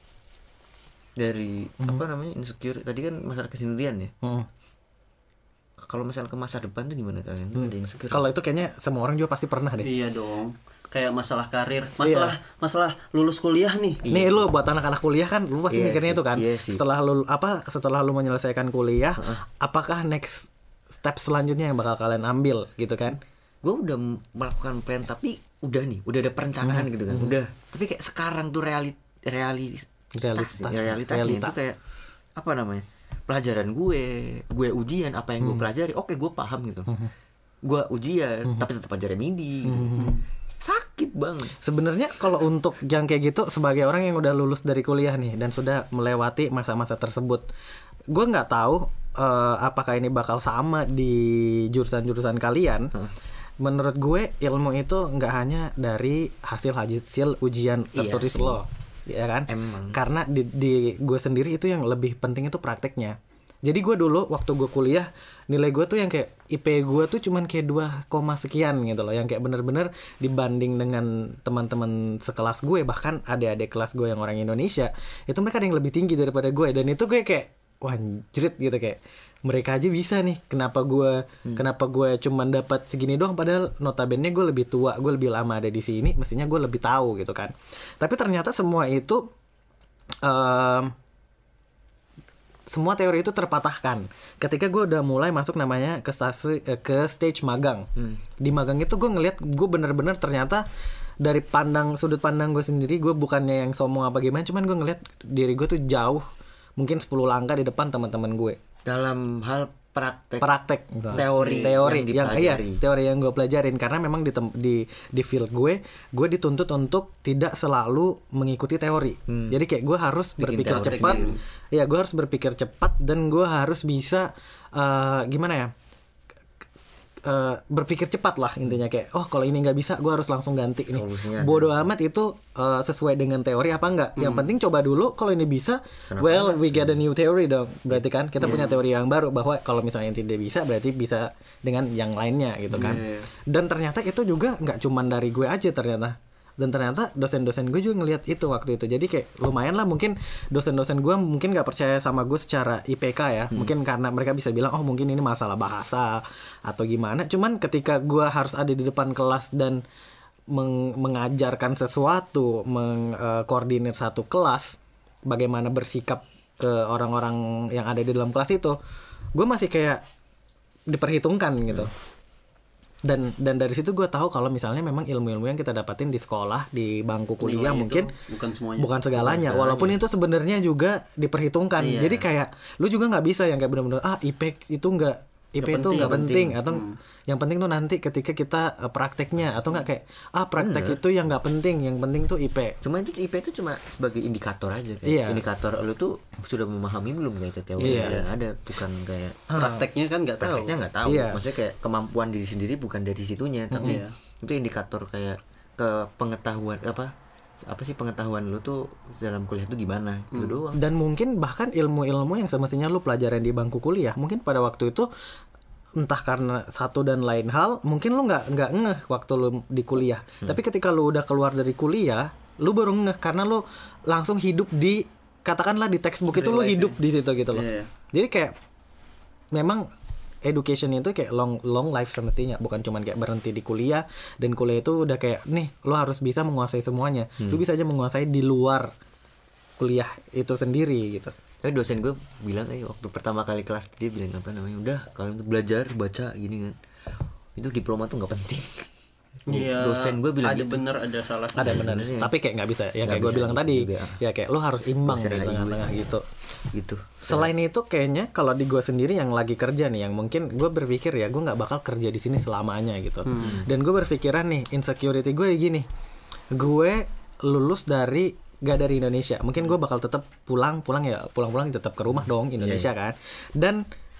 dari apa namanya insecure tadi kan masalah kesendirian ya. Hmm. Kalau misal ke masa depan tuh gimana kalian? Tuh ada insecure. Kalau itu kayaknya semua orang juga pasti pernah deh. Iya dong. Kayak masalah karir, masalah masalah lulus kuliah nih. Nih lu buat anak-anak kuliah kan, lu pasti Iya mikirnya sih, itu kan. iya sih. Setelah lu apa? Setelah lu menyelesaikan kuliah, apakah next step selanjutnya yang bakal kalian ambil gitu kan? Gue udah m- melakukan plan tapi udah nih, udah ada perencanaan gitu kan. Udah. Tapi kayak sekarang tuh realit realis Realitas, realitasnya realita. itu kayak apa namanya? Pelajaran gue, gue ujian apa yang gue pelajari, oke gue paham gitu. Gue ujian, tapi tetap aja remedi. Gitu. Sakit banget. Sebenarnya kalau untuk yang kayak gitu sebagai orang yang udah lulus dari kuliah nih dan sudah melewati masa-masa tersebut, gue nggak tahu eh, apakah ini bakal sama di jurusan-jurusan kalian. Menurut gue ilmu itu nggak hanya dari hasil hasil ujian Iya tertulis sih. lo, ya kan? Emang. Karena di, di gue sendiri itu yang lebih penting itu prakteknya. Jadi gue dulu waktu gue kuliah nilai gue tuh yang kayak I P gue tuh cuman kayak dua koma sekian gitu loh, yang kayak bener-bener dibanding dengan teman-teman sekelas gue, bahkan adik-adik kelas gue yang orang Indonesia itu mereka ada yang lebih tinggi daripada gue, dan itu gue kayak wah anjrit gitu, kayak mereka aja bisa nih, kenapa gue kenapa gue cuman dapat segini doang, padahal notabene gue lebih tua, gue lebih lama ada di sini, mestinya gue lebih tahu gitu kan. Tapi ternyata semua itu em, semua teori itu terpatahkan ketika gue udah mulai masuk namanya ke stasi, eh, ke stage magang. Di magang itu gue ngelihat gue bener-bener ternyata dari pandang sudut pandang gue sendiri, gue bukannya yang sombong apa gimana, cuman gue ngelihat diri gue tuh jauh mungkin sepuluh langkah di depan teman-teman gue. Dalam hal praktek, Praktek misalnya. teori teori yang yang, iya, dipelajari. teori yang gue pelajarin, karena memang di tem- di di field gue gue dituntut untuk tidak selalu mengikuti teori. Jadi kayak gue harus Bikin berpikir teori cepat. sendiri. Ya, gue harus berpikir cepat dan gue harus bisa eh, gimana ya? Eh, berpikir cepat lah intinya, kayak oh kalau ini nggak bisa gue harus langsung ganti nih. Solusinya Bodoh amat itu eh, sesuai dengan teori apa enggak. Yang penting coba dulu, kalau ini bisa, well we get a new theory dong. Berarti kan kita punya teori yang baru, bahwa kalau misalnya tidak bisa berarti bisa dengan yang lainnya gitu kan. Iya. Dan ternyata itu juga nggak cuman dari gue aja ternyata. Dan ternyata dosen-dosen gue juga ngelihat itu waktu itu. Jadi kayak lumayan lah, mungkin dosen-dosen gue mungkin nggak percaya sama gue secara I P K ya. Mungkin karena mereka bisa bilang oh mungkin ini masalah bahasa atau gimana. Cuman ketika gue harus ada di depan kelas dan meng- mengajarkan sesuatu, mengkoordinir satu kelas, bagaimana bersikap ke orang-orang yang ada di dalam kelas itu, gue masih kayak diperhitungkan gitu. Dan dan dari situ gue tahu kalau misalnya memang ilmu-ilmu yang kita dapatin di sekolah, di bangku kuliah Nilai itu mungkin bukan semuanya. bukan segalanya, walaupun itu sebenarnya juga diperhitungkan. Iya. Jadi kayak lu juga nggak bisa yang kayak benar-benar ah I P itu nggak I P Nggak itu penting, nggak nggak penting, penting. atau yang penting tuh nanti ketika kita uh, prakteknya, atau nggak kayak ah praktek itu yang nggak penting, yang penting tuh I P. Cuma itu I P itu cuma sebagai indikator aja kayak. Iya. Indikator lu tuh sudah memahami belum kayak itu teori Iya. yang ada, bukan kayak Prakteknya kan nggak tahu. prakteknya nggak tahu. Iya. Maksudnya kayak kemampuan diri sendiri bukan dari situnya, tapi Iya. itu indikator kayak ke pengetahuan apa apa sih pengetahuan lu tuh dalam kuliah tuh gimana gitu doang. Dan mungkin bahkan ilmu-ilmu yang semestinya lu pelajarin di bangku kuliah, mungkin pada waktu itu entah karena satu dan lain hal, mungkin lu nggak nggak ngeh waktu lu di kuliah. Hmm. Tapi ketika lu udah keluar dari kuliah, lu baru ngeh karena lu langsung hidup di, katakanlah di textbook itu lu hidup di situ gitu loh. Yeah. Jadi kayak memang education itu kayak long long life semestinya, bukan cuman kayak berhenti di kuliah, dan kuliah itu udah kayak nih lu harus bisa menguasai semuanya. Hmm. Lu bisa aja menguasai di luar kuliah itu sendiri gitu. Eh dosen gue bilang eh waktu pertama kali kelas dia bilang apa namanya, udah kalian belajar baca gini kan, itu diploma tuh nggak penting. Iya, dosen gue bilang ada gitu. bener ada salah. Ada bener, ya. Tapi kayak nggak bisa. Ya kayak gue bilang gitu tadi, juga. Ya kayak lo harus imbang di tengah-tengah gitu. Gitu. Selain itu kayaknya kalau di gue sendiri yang lagi kerja nih, yang mungkin gue berpikir ya gue nggak bakal kerja di sini selamanya gitu. Hmm. Dan gue berpikiran nih insecurity gue gini, gue lulus dari gak dari Indonesia, mungkin gue bakal tetap pulang pulang ya pulang-pulang tetap ke rumah dong Indonesia yeah. kan, dan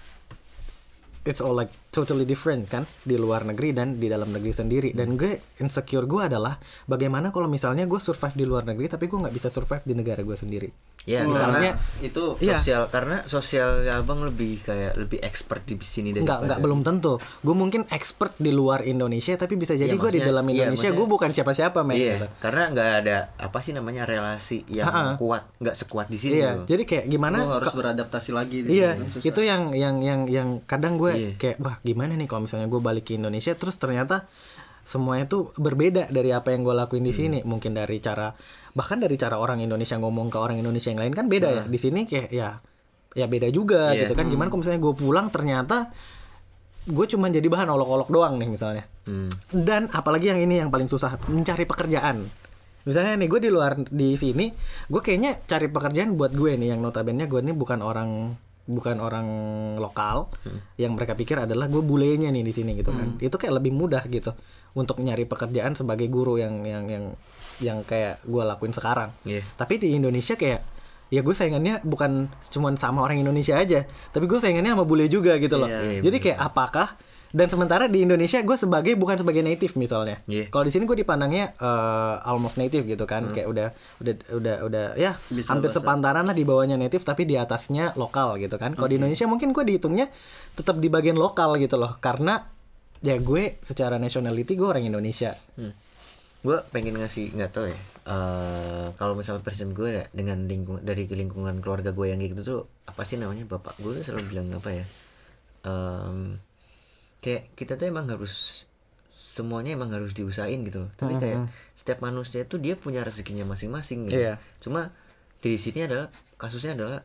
it's all like totally different kan di luar negeri dan di dalam negeri sendiri. Dan gue insecure gue adalah bagaimana kalau misalnya gue survive di luar negeri tapi gue nggak bisa survive di negara gue sendiri. Ya, misalnya itu sosial ya. Karena sosial ya abang lebih kayak lebih expert di sini daripada. Enggak, enggak belum tentu. Gue mungkin expert di luar Indonesia tapi bisa jadi ya, gue di dalam Indonesia ya, gue bukan siapa-siapa men. Iya, gitu. Karena nggak ada apa sih namanya relasi yang Ha-ha. kuat, nggak sekuat di sini. Iya, loh. Jadi kayak gimana? Lo harus beradaptasi lagi. Di iya, sini, itu yang yang yang yang kadang gue iya. kayak wah gimana nih kalau misalnya gue balik ke Indonesia terus ternyata semuanya tuh berbeda dari apa yang gue lakuin di sini. Hmm. Mungkin dari cara, bahkan dari cara orang Indonesia ngomong ke orang Indonesia yang lain kan beda nah. ya. Di sini kayak ya ya beda juga yeah. gitu kan. Gimana kalau misalnya gue pulang ternyata gue cuma jadi bahan olok-olok doang nih misalnya. Hmm. Dan apalagi yang ini yang paling susah, mencari pekerjaan. Misalnya nih gue di luar di sini, gue kayaknya cari pekerjaan buat gue nih yang notabene gue nih bukan orang bukan orang lokal, hmm. yang mereka pikir adalah gue bulenya nih di sini gitu kan. Hmm. Itu kayak lebih mudah gitu untuk nyari pekerjaan sebagai guru yang yang yang yang kayak gue lakuin sekarang. Yeah. Tapi di Indonesia kayak ya gue saingannya bukan cuma sama orang Indonesia aja, tapi gue saingannya sama bule juga gitu loh. Yeah, yeah, Jadi kayak apakah, dan sementara di Indonesia gue sebagai bukan sebagai native misalnya. Yeah. Kalau di sini gue dipandangnya uh, almost native gitu kan, hmm. kayak udah udah udah udah ya bisa hampir bahasa. Sepantaran lah di bawahnya native tapi di atasnya lokal gitu kan. Kalau okay. di Indonesia mungkin gue dihitungnya tetap di bagian lokal gitu loh, karena ya gue secara nationality gue orang Indonesia. Hmm. Gue pengen ngasih nggak tahu ya. Uh, kalau misalnya persen gue ya, dengan lingkung dari lingkungan keluarga gue yang gitu tuh apa sih namanya, bapak gue selalu bilang apa ya? Um, kayak kita tuh emang harus semuanya emang harus diusahain gitu loh. Tapi kayak uh-huh. setiap manusia tuh dia punya rezekinya masing-masing gitu. Yeah. Cuma di sini adalah kasusnya adalah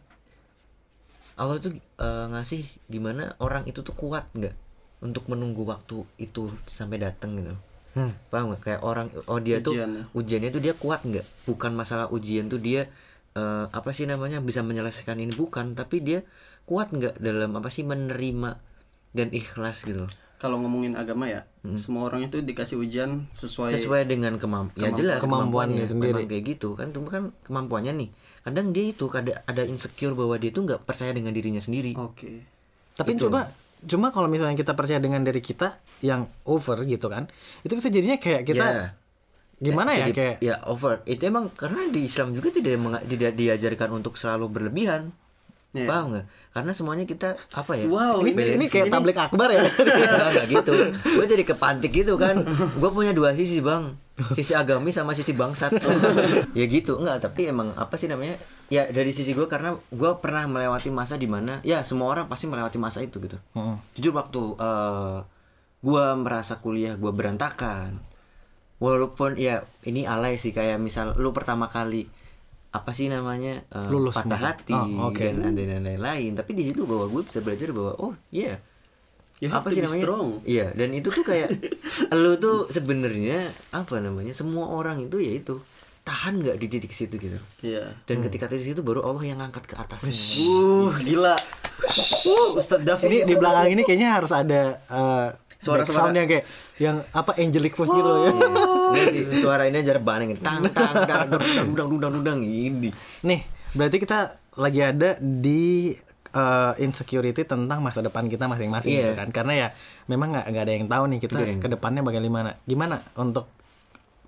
Allah tuh uh, ngasih gimana orang itu tuh kuat nggak untuk menunggu waktu itu sampai datang gitu. Hmm. Paham nggak? Kayak orang oh dia Ujian, tuh ujiannya tuh dia kuat nggak? Bukan masalah ujian tuh dia uh, apa sih namanya bisa menyelesaikan ini, bukan, tapi dia kuat nggak dalam apa sih menerima dan ikhlas gitu. Kalau ngomongin agama ya, hmm. semua orang itu dikasih ujian sesuai sesuai dengan kemamp- ya jelas kemampuannya, kemampuannya sendiri. Kayak gitu kan, itu kan kemampuannya nih. Kadang dia itu ada ada insecure bahwa dia tuh nggak percaya dengan dirinya sendiri. Oke. Okay. Tapi itu. coba cuma kalau misalnya kita percaya dengan diri kita yang over gitu kan, itu bisa jadinya kayak kita yeah. gimana ya, ya jadi, kayak ya over. Itu emang karena di Islam juga tidak menga- tidak diajarkan untuk selalu berlebihan. Yeah. Paham nggak? Karena semuanya kita apa ya? Wow, ini, ini kayak tablik akbar ya? Enggak, enggak gitu. Gue jadi kepantik gitu kan. Gue punya dua sisi bang, sisi agamis sama sisi bangsat. Ya gitu, enggak. Tapi emang apa sih namanya? Ya dari sisi gue, karena gue pernah melewati masa di mana ya semua orang pasti melewati masa itu gitu. Hmm. Jujur waktu uh, gue merasa kuliah gue berantakan. Walaupun ya ini alay sih, kayak misal lu pertama kali apa sih namanya uh, lulus patah hati oh, okay. dan dan lain-lain, tapi di situ bahwa gue bisa belajar bahwa oh iya yeah, apa sih namanya iya, dan itu tuh kayak lu tuh sebenarnya apa namanya semua orang itu ya itu tahan nggak di titik situ gitu. Iya. Dan hmm. ketika titik situ baru Allah yang ngangkat ke atasnya. Uh gila. Uh, Ustadz Davi ini di belakang ini kayaknya harus ada uh, suara-suara yang kayak yang apa angelic voice gitu loh ya. Iya sih, suara ini aja baneng tang tang tang dudang dudang dudang ini. Nih, berarti kita lagi ada di uh, insecurity tentang masa depan kita masing-masing yeah. gitu kan. Karena ya memang enggak enggak ada yang tahu nih kita ke depannya bagaimana. Gimana untuk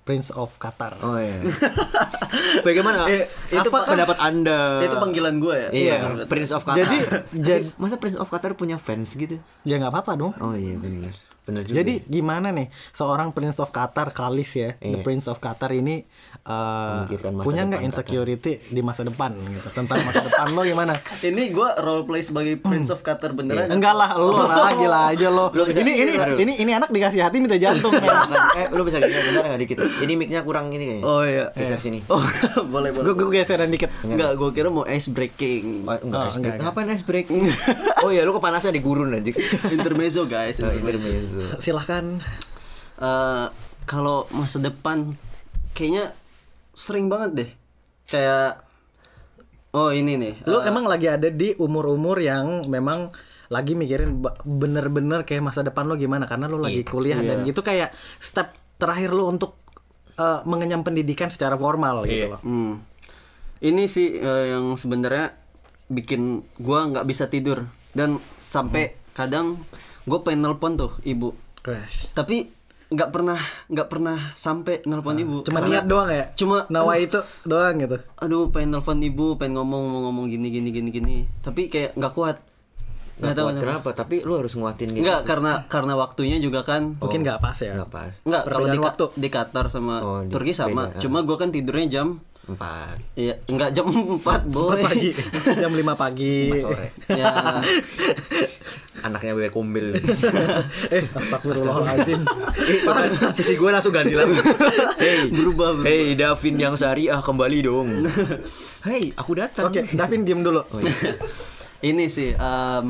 Prince of Qatar. Oh iya. Bagaimana? Eh, itu Apa pa- pendapat Anda? Itu panggilan gue ya. Iya, Prince of Qatar. Jadi, jadi masa Prince of Qatar punya fans gitu? ya nggak apa-apa dong. Oh iya benar. Benar juga. Jadi gimana nih seorang Prince of Qatar, Khalis ya, the Iya. Prince of Qatar ini uh, Memikirkan masa punya nggak depan insecurity di masa depan gitu tentang masa depan lo gimana? Ini gue role play sebagai Prince of Qatar beneran. Enggak lah, lo lah gila aja lo. Lo bisa- Ini ini Aduh. ini ini anak dikasih hati minta jantung. men. eh lu bisa geser bentar nggak dikit? Ini mic-nya kurang ini kayaknya. Oh iya. Geser sini. Oh, boleh boleh. Gue gue geseran dikit. Enggak, gue kira mau ice breaking. Oh, enggak, Oh, ice break. enggak, enggak. Ngapain ice break? Oh iya, lu kepanasan di gurun aja. Intermezzo guys. Oh, intermezzo. intermezzo. Silahkan. Eh, kalau masa depan kayaknya sering banget deh. Kayak oh ini nih. Lu eh, emang lagi ada di umur-umur yang memang lagi mikirin ba- bener-bener kayak masa depan lo gimana karena lo lagi kuliah dan itu kayak step terakhir lo untuk uh, mengenyam pendidikan secara formal gitu loh. Hmm. Ini sih eh, yang sebenarnya bikin gua nggak bisa tidur dan sampai kadang gue pengen nelpon tuh ibu. Crash. Tapi nggak pernah nggak pernah sampai nelpon ibu. Cuma Karena niat doang ya? Cuma Nawa itu doang gitu. aduh pengen nelpon ibu, pengen ngomong mau ngomong gini gini gini gini. Tapi kayak nggak kuat. Nggak tahu kuat kenapa, tapi lu harus nguatin gitu. Enggak, karena karena waktunya juga kan Mungkin nggak pas ya. Nggak pas. enggak kalau di, Perbedaan waktu. waktu. di Qatar sama Oh, di- Turki sama. beda, Cuma gua kan tidurnya jam Empat. iya enggak jam empat boy. Empat pagi. Jam lima pagi. Sore. Ya. Anaknya bebek kumbel. eh, astagfirullahaladzim. Sisi gue langsung ganti lagi. Hey, Berubah, berubah. Hey, Davin yang syariah kembali dong. Hey, aku datang. Oke, Davin diem dulu. Oh, iya. Ini sih um,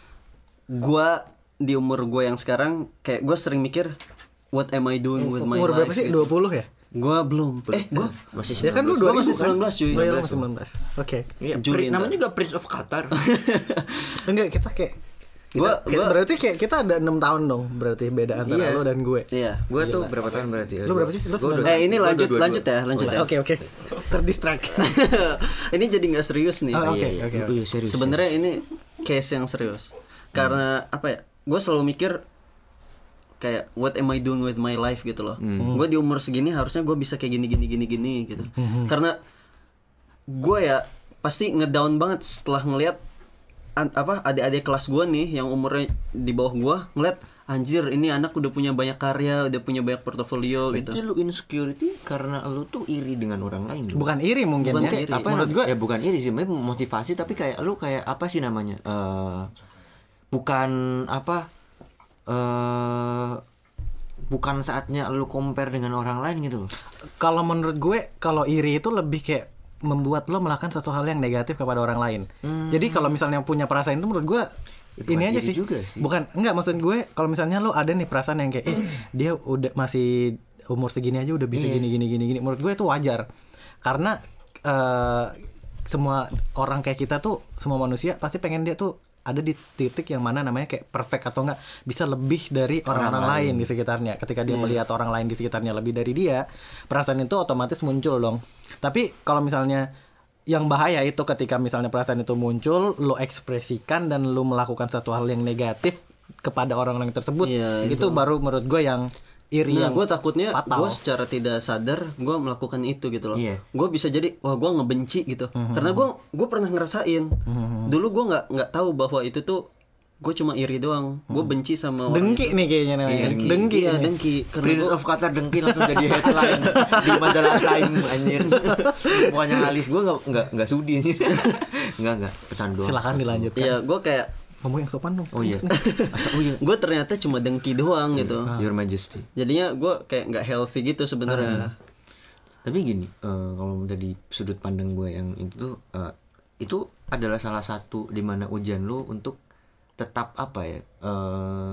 gua di umur gua yang sekarang kayak gua sering mikir what am I doing with my Umur life? berapa sih? gitu. dua puluh ya? Gua belum. Eh, gua Masih Ya kan lu Gua dua ribu masih kan? sembilan belas, cuy. Oh, iya, lu masih sembilan belas. Oke. Iya, Juli pri- ntar. namanya juga Prince of Qatar. Enggak, kita kayak Gua- kita- gua- berarti kayak kita ada enam tahun dong berarti beda antara Iya. lo dan gue. Iya. Gue tuh berapa tahun berarti? Lu berapa sih? Lu Gua sembilan dua- Eh, ini gua lanjut dua- dua- lanjut ya, lanjut ya. Oke, oke. Terdistract. Ini jadi nggak serius nih. Ah, Iya, Oke, iya. oke, Oh, iya, serius. Sebenarnya ini case yang serius. Karena apa ya? Gue selalu mikir kayak what am I doing with my life gitu loh. Gue di umur segini harusnya gue bisa kayak gini gini gini gini gitu. Karena gue ya pasti ngedown banget setelah ngelihat an- apa adik-adik kelas gue nih yang umurnya di bawah gue ngeliat anjir ini anak udah punya banyak karya, udah punya banyak portofolio gitu. Berarti lu insecurity karena lu tuh iri dengan orang lain. Lu. Bukan iri mungkin Bukan ya. kayak iri. Apa Menurut nam- gue ya bukan iri sih, sebenarnya motivasi tapi kayak lu kayak apa sih namanya? Eh bukan apa eh bukan saatnya lu compare dengan orang lain gitu loh. kalau menurut gue kalau iri itu lebih kayak membuat lo melakukan satu hal yang negatif kepada orang lain. Jadi kalau misalnya punya perasaan itu menurut gue Ya, bukan ini aja iri sih. juga sih. Bukan enggak maksud gue kalau misalnya lo ada nih perasaan yang kayak eh dia udah masih umur segini aja udah bisa gini gini gini gini. Menurut gue itu wajar. Karena eh, semua orang kayak kita tuh semua manusia pasti pengen dia tuh ada di titik yang mana namanya kayak perfect atau enggak bisa lebih dari orang-orang lain di sekitarnya. Ketika dia melihat orang lain di sekitarnya lebih dari dia, perasaan itu otomatis muncul dong. Tapi kalau misalnya yang bahaya itu ketika misalnya perasaan itu muncul, lo ekspresikan dan lo melakukan satu hal yang negatif kepada orang-orang tersebut, Iya, itu baru menurut gue yang iri Nah, yang gue takutnya fatal. gue secara tidak sadar gue melakukan itu gitu loh. Iya. Gue bisa jadi wah gue ngebenci gitu. Karena gue gue pernah ngerasain. Dulu gue nggak nggak tahu bahwa itu tuh gue cuma iri doang. Gue benci sama orang Dengki itu. nih kayaknya namanya. Iya, dengki. Dengki. Iya nih. dengki. Karena Prince gua- of Qatar dengki langsung jadi headline di majalah Time anjir. Pokoknya alis gue nggak nggak nggak sudi sih. Nggak nggak pesan doang. Silakan dilanjutkan. Iya gue kayak Ngomong yang sopan dong. Oh iya. Asa- oh iya. gue ternyata cuma dengki doang gitu. Your Majesty. Jadinya gue kayak nggak healthy gitu sebenarnya. Tapi gini, eh, kalau dari sudut pandang gue yang itu tuh, eh, itu adalah salah satu di mana ujian lu untuk tetap apa ya? Eh,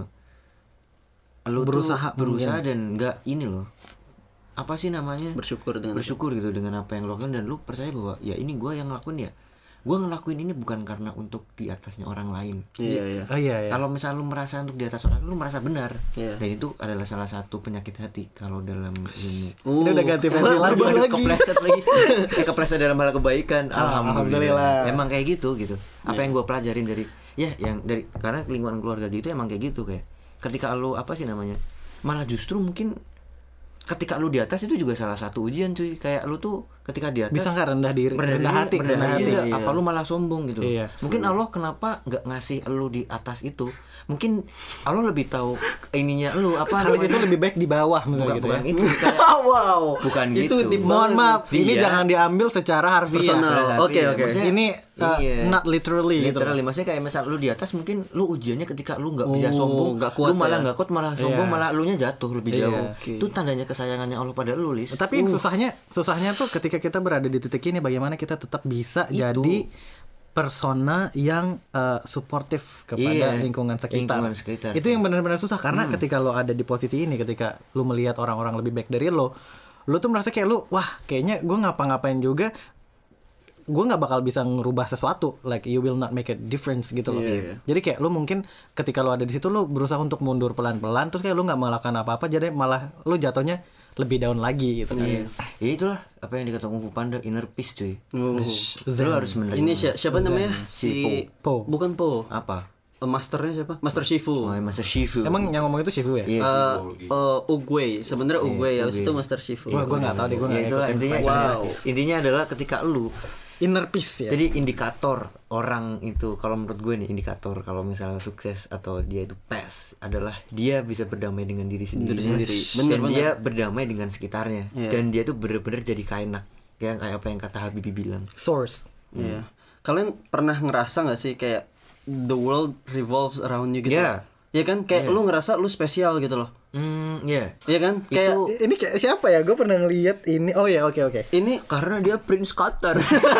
lu Berusaha tuh berusaha dan nggak ini loh. Apa sih namanya? Bersyukur dengan bersyukur gitu dengan apa yang lo lakukan dan lu percaya bahwa ya ini gue yang ngelakuin ya. Gue ngelakuin ini bukan karena untuk di atasnya orang lain. Iya iya. Oh iya ya. Kalau misal lu merasa untuk di atas orang, lu merasa benar. Iya. Dan itu adalah salah satu penyakit hati kalau dalam ilmu. Ini udah ganti versi Wah, lagi. berubah kepleset lagi. Eh kepleset dalam hal kebaikan. Alhamdulillah. Alhamdulillah. Emang kayak gitu gitu. Apa yang gue pelajarin dari ya yang dari karena lingkungan keluarga gitu emang kayak gitu kayak ketika lu apa sih namanya? Malah justru mungkin ketika lu di atas itu juga salah satu ujian cuy. Kayak lu tuh ketika di atas Bisa nggak rendah diri, rendah, rendah hati, rendah rendah hati, hati. nggak? Apa lu malah sombong gitu? Iya. Mungkin Allah kenapa nggak ngasih lu di atas itu? Mungkin Allah lebih tahu ininya lu apa? Kali namanya? itu lebih baik di bawah misalnya bukan, gitu bukan ya. itu. Kayak, wow. bukan Itu gitu. deep Mohon maaf, ini Iya. jangan diambil secara harfiah. Personal. Berarti Oke, ya, oke. maksudnya- Ini uh, Iya. not literally, gitu. Literally, maksudnya kayak misal lu di atas mungkin lu ujiannya ketika lu nggak bisa Oh, sombong, nggak kuat lu malah ya. nggak kuat malah sombong, Iya. malah lu nya jatuh lebih Iya, jauh. oke. Itu tandanya kesayangannya Allah pada lu, Lis. Tapi yang susahnya, susahnya tuh ketika kita berada di titik ini, bagaimana kita tetap bisa Itu. jadi persona yang uh, suportif kepada Iya, lingkungan sekitar. lingkungan sekitar. Itu yang benar-benar susah karena Hmm. ketika lo ada di posisi ini, ketika lo melihat orang-orang lebih baik dari lo, lo tuh merasa kayak lo, wah, kayaknya gue ngapa-ngapain juga, gue nggak bakal bisa ngerubah sesuatu, like you will not make a difference gitu loh. Iya. Jadi kayak lo mungkin ketika lo ada di situ lo berusaha untuk mundur pelan-pelan, terus kayak lo nggak melakukan apa-apa, jadi malah lo jatuhnya lebih down lagi gitu kan. Iya. Ya itulah apa yang dikatakan Kung Fu Panda, inner peace cuy. Oh. Lu harus menerima. Ini si- siapa namanya? Si Po. Bukan Po. apa? Eh, Masternya siapa? Master Shifu. Oh, Master Shifu. Emang yang ngomong itu Shifu ya? Iya. Eh, eh, Uguay, sebenarnya Uguay, habis itu Master Shifu. Wah, gue nggak tahu deh, gue Ya nggak itulah ngikutin. intinya. Wow. Intinya adalah ketika lu Inner peace ya. jadi indikator orang itu, kalau menurut gue nih indikator kalau misalnya sukses atau dia itu pes adalah dia bisa berdamai dengan diri sendiri, Diri sendiri. dan Bener, bener. dia berdamai dengan sekitarnya. Iya. Dan dia tuh bener-bener jadi kainak kayak kayak apa yang kata Habibie bilang. Source. Iya. Kalian pernah ngerasa nggak sih kayak the world revolves around you gitu? Iya. Ya kan kayak lu ngerasa lu spesial gitu loh. Hmm, ya. Iya kan? Kayak Itu Ini kayak siapa ya? Gue pernah ngeliat ini. Oh ya, oke oke. ini karena dia Prince Qatar.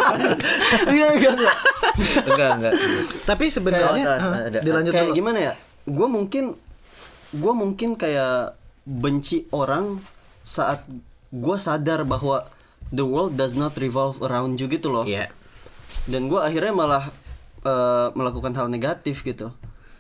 iya enggak enggak. enggak, enggak. Tapi sebenarnya Kayak- eh, ada- dilanjut Kayak dulu. gimana ya? Gue mungkin gue mungkin kayak benci orang saat gue sadar bahwa the world does not revolve around you gitu loh. Iya. Dan gue akhirnya malah eh, melakukan hal negatif gitu.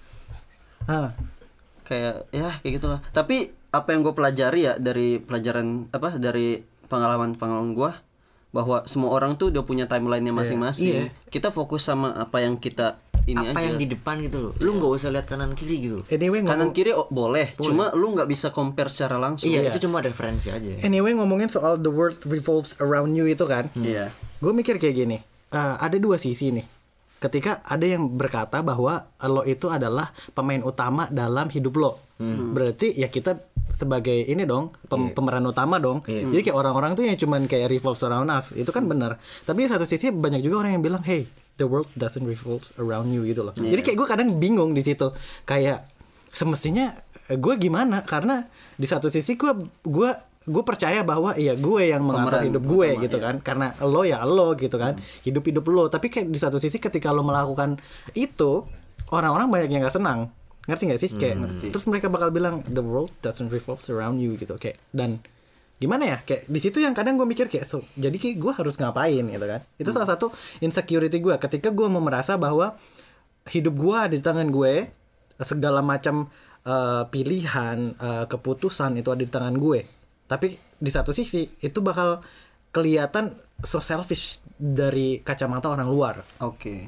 Ah, Kayak ya kayak gitulah. Tapi apa yang gue pelajari ya dari pelajaran apa dari pengalaman pengalaman gue bahwa semua orang tuh udah punya timelinenya masing-masing. Iya. Kita fokus sama apa yang kita ini Apa aja. yang di depan gitu loh. Lu nggak usah lihat kanan kiri gitu loh. anyway Kanan ngomong, kiri oh, boleh. cuma lu nggak bisa compare secara langsung. Iya, itu cuma referensi aja. anyway ngomongin soal the world revolves around you itu kan. Iya. Gue mikir kayak gini. eh, ada dua sisi nih. Ketika ada yang berkata bahwa lo itu adalah pemain utama dalam hidup lo, berarti ya kita sebagai ini dong pem- pemeran utama dong. Jadi kayak orang-orang tuh yang cuman kayak revolves around us, itu kan benar. Tapi di satu sisi banyak juga orang yang bilang, hey, the world doesn't revolve around you gitu loh. Jadi kayak gue kadang bingung di situ. Kayak semestinya gue gimana? Karena di satu sisi gue gue gue percaya bahwa iya gue yang mengatur Pemeran hidup gue utama, gitu ya. kan, karena lo ya lo gitu kan, hidup hidup lo. Tapi kayak di satu sisi ketika lo melakukan itu, orang-orang banyak yang nggak senang, ngerti nggak sih? Kayak terus mereka bakal bilang the world doesn't revolve around you gitu. Kayak dan gimana ya, kayak di situ yang kadang gue mikir kayak so, jadi kayak gue harus ngapain gitu kan. Itu salah satu insecurity gue ketika gue mau merasa bahwa hidup gue ada di tangan gue, segala macam eh, pilihan, eh, keputusan itu ada di tangan gue. Tapi di satu sisi itu bakal kelihatan so selfish dari kacamata orang luar. Oke.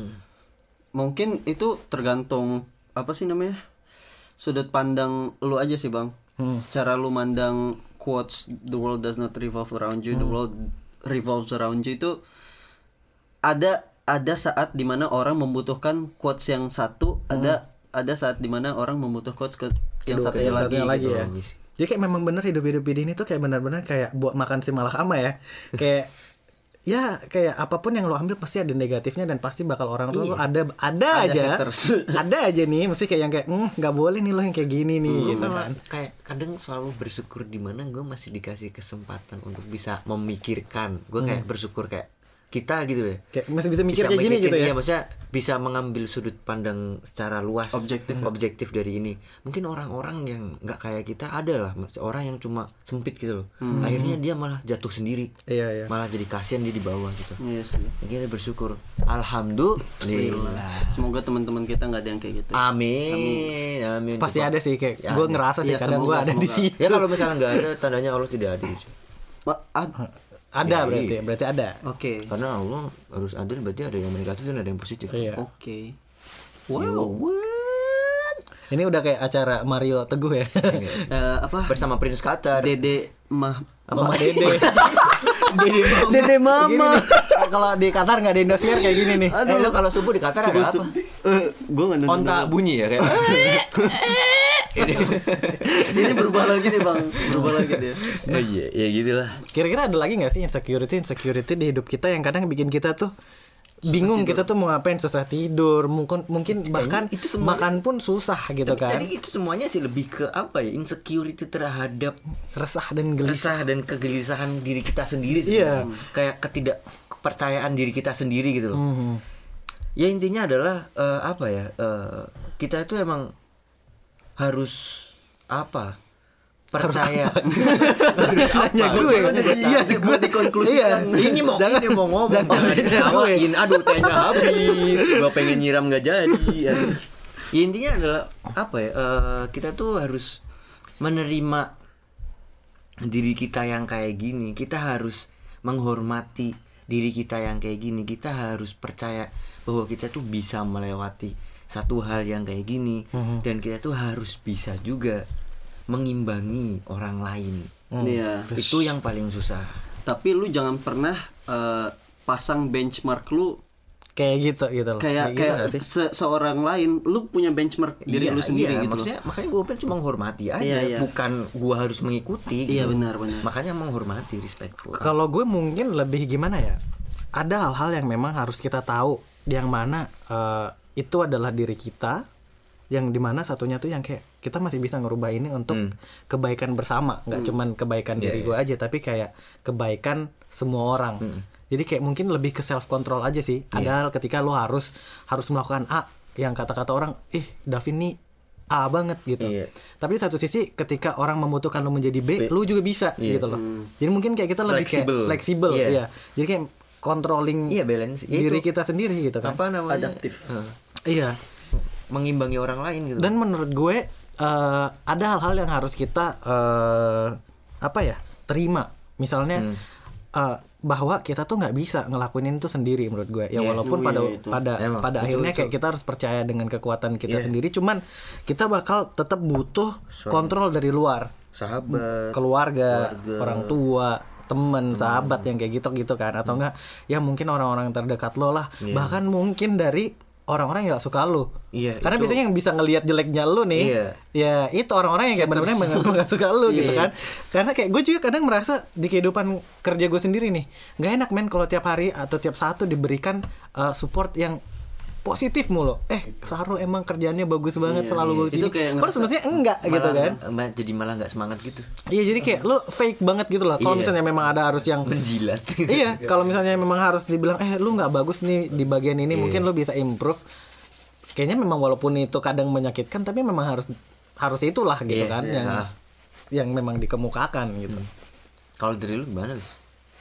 Mungkin itu tergantung apa sih namanya? Sudut pandang lu aja sih, Bang. Cara lu mandang quotes the world does not revolve around you, the world revolves around you itu ada ada saat dimana orang membutuhkan quotes yang satu, ada ada saat dimana orang membutuhkan quotes ke yang Kedua, satunya yang lagi, satunya lagi gitu. ya. Jadi kayak memang bener hidup-hidup ini tuh kayak benar-benar kayak buat makan si malakama ya. Kayak ya kayak apapun yang lo ambil pasti ada negatifnya dan pasti bakal orang tuh ada ada, Ada aja haters. ada aja nih mesti kayak yang kayak "Hmm, nggak boleh nih lo yang kayak gini nih gitu kan. Kayak kadang selalu bersyukur di mana gue masih dikasih kesempatan untuk bisa memikirkan. Gue kayak bersyukur kayak kita gitu deh. Kayak masih bisa mikir kayak gini mikirin, gitu ya. Iya, maksudnya bisa mengambil sudut pandang secara luas, Objektif. objektif dari ini. Mungkin orang-orang yang nggak kayak kita ada lah, orang yang cuma sempit gitu loh. Akhirnya dia malah jatuh sendiri, Iya iya. malah jadi kasihan dia di bawah gitu. Iya sih. Akhirnya dia bersyukur. Alhamdulillah. Semoga teman-teman kita nggak ada yang kayak gitu. Amin, amin. Pasti Coba. ada sih kayak Ya, gue ada. ngerasa sih Iya, kadang gue semoga, ada di semoga. situ. Ya kalau misalnya nggak ada, tandanya Allah tidak adil. Ma- ah, Ada Ya, berarti, iya. berarti ada. Oke. Karena Allah harus adil, berarti ada yang negatif dan ada yang positif. Iya. Oke. Wow. Ini udah kayak acara Mario Teguh ya. Eh, apa? Bersama Prince Qatar. Dede Mah Mama Dede. Dede Mama. Dede Mama. Kalau di Qatar nggak ada Indosiar kayak gini nih. Eh lo kalau subuh di Qatar ada apa? Eh, gue nggak nonton. Onta bunyi ya kayak. Ini Ini berubah lagi nih bang, berubah lagi dia. Oh iya, ya gitulah. Kira-kira ada lagi nggak sih insecurity insecurity di hidup kita yang kadang bikin kita tuh bingung kita tuh mau ngapain, susah tidur, mungkin mungkin bahkan itu semuanya- makan pun susah gitu kan. Tadi itu semuanya sih lebih ke apa ya? Insecurity terhadap Resah dan gelisah. resah dan kegelisahan diri kita sendiri sih. Iya. Kayak ketidakpercayaan diri kita sendiri gitu loh. Mhm. Ya intinya adalah eh, apa ya? eh, kita itu emang harus apa? Percaya. Nanya gue. Iya, gue dikonklusikan. Ini mau ini mau ngomong jangan ditawain. Aduh tehnya habis. Gua pengen nyiram nggak jadi. Ya, intinya adalah apa ya? eh, kita tuh harus menerima diri kita yang kayak gini. Kita harus menghormati diri kita yang kayak gini. Kita harus percaya bahwa kita tuh bisa melewati satu hal yang kayak gini, dan kita tuh harus bisa juga mengimbangi orang lain. Iya. Itu yang paling susah. Tapi lu jangan pernah eh, pasang benchmark lu Kayak gitu gitu loh. kayak gitu kayak nggak sih? se- seorang lain. Lu punya benchmark diri Iya, lu sendiri iya, gitu loh. maksudnya, makanya gue pengen cuma menghormati aja, Iya, iya. bukan gue harus mengikuti. Iya, gitu. benar, benar. Makanya menghormati, respectful. Kalau gue mungkin lebih gimana ya? Ada hal-hal yang memang harus kita tahu, yang mana eh, itu adalah diri kita, yang dimana satunya tuh yang kayak kita masih bisa ngerubah ini untuk Hmm. kebaikan bersama, nggak cuman kebaikan Iya, diri iya. gue aja, tapi kayak kebaikan semua orang. Hmm. Jadi kayak mungkin lebih ke self control aja sih. Iya. Ada hal ketika lo harus harus melakukan A, yang kata-kata orang, ih Davin nih A banget gitu. Iya. Tapi di satu sisi ketika orang membutuhkan lo menjadi B, B. lo juga bisa Iya. gitu loh. Jadi mungkin kayak kita lebih Fleksibel. kayak fleksibel, Iya. iya. Jadi kayak controlling Iya, balance. Ya, diri itu. kita sendiri gitu kan. Apa namanya? Adaptif. Heeh. Iya. Mengimbangi orang lain gitu. Dan menurut gue eh, ada hal-hal yang harus kita eh, apa ya terima. Misalnya Hmm. eh, bahwa kita tuh nggak bisa ngelakuin itu sendiri menurut gue. Ya Iya. walaupun Oh, pada iya, itu. pada Emang, pada itu, akhirnya itu. kayak kita harus percaya dengan kekuatan kita Iya. sendiri. Cuman kita bakal tetap butuh kontrol dari luar. Sahabat. Keluarga, keluarga. orang tua, temen, sahabat yang kayak gitu-gitu kan, atau enggak ya mungkin orang-orang terdekat lo lah, Iya. bahkan mungkin dari orang-orang yang gak suka lo. Iya, Karena itu- biasanya yang bisa ngelihat jeleknya lo nih, Iya. ya itu orang-orang yang kayak benar-benar nggak suka lo gitu Iya. kan. Karena kayak gue juga kadang merasa di kehidupan kerja gue sendiri nih, nggak enak men kalau tiap hari atau tiap saat tuh diberikan uh, support yang positif mulu. Eh, Sahrul emang kerjaannya bagus banget, Iya, selalu iya. bagus Itu ini. kayak Padahal ngerasa sebenarnya enggak gitu Malah kan. nggak- ma- jadi malah nggak semangat gitu. Iya, jadi kayak lo fake banget gitu loh. Kalau Iya. misalnya memang ada harus yang Menjilat. iya, kalau misalnya memang harus dibilang eh lu nggak bagus nih di bagian ini, Iya. mungkin lu bisa improve. Kayaknya memang walaupun itu kadang menyakitkan, tapi memang harus harus itulah gitu Iya, kan iya. yang Ah. yang memang dikemukakan gitu. Kalau dari lu gimana, Lis?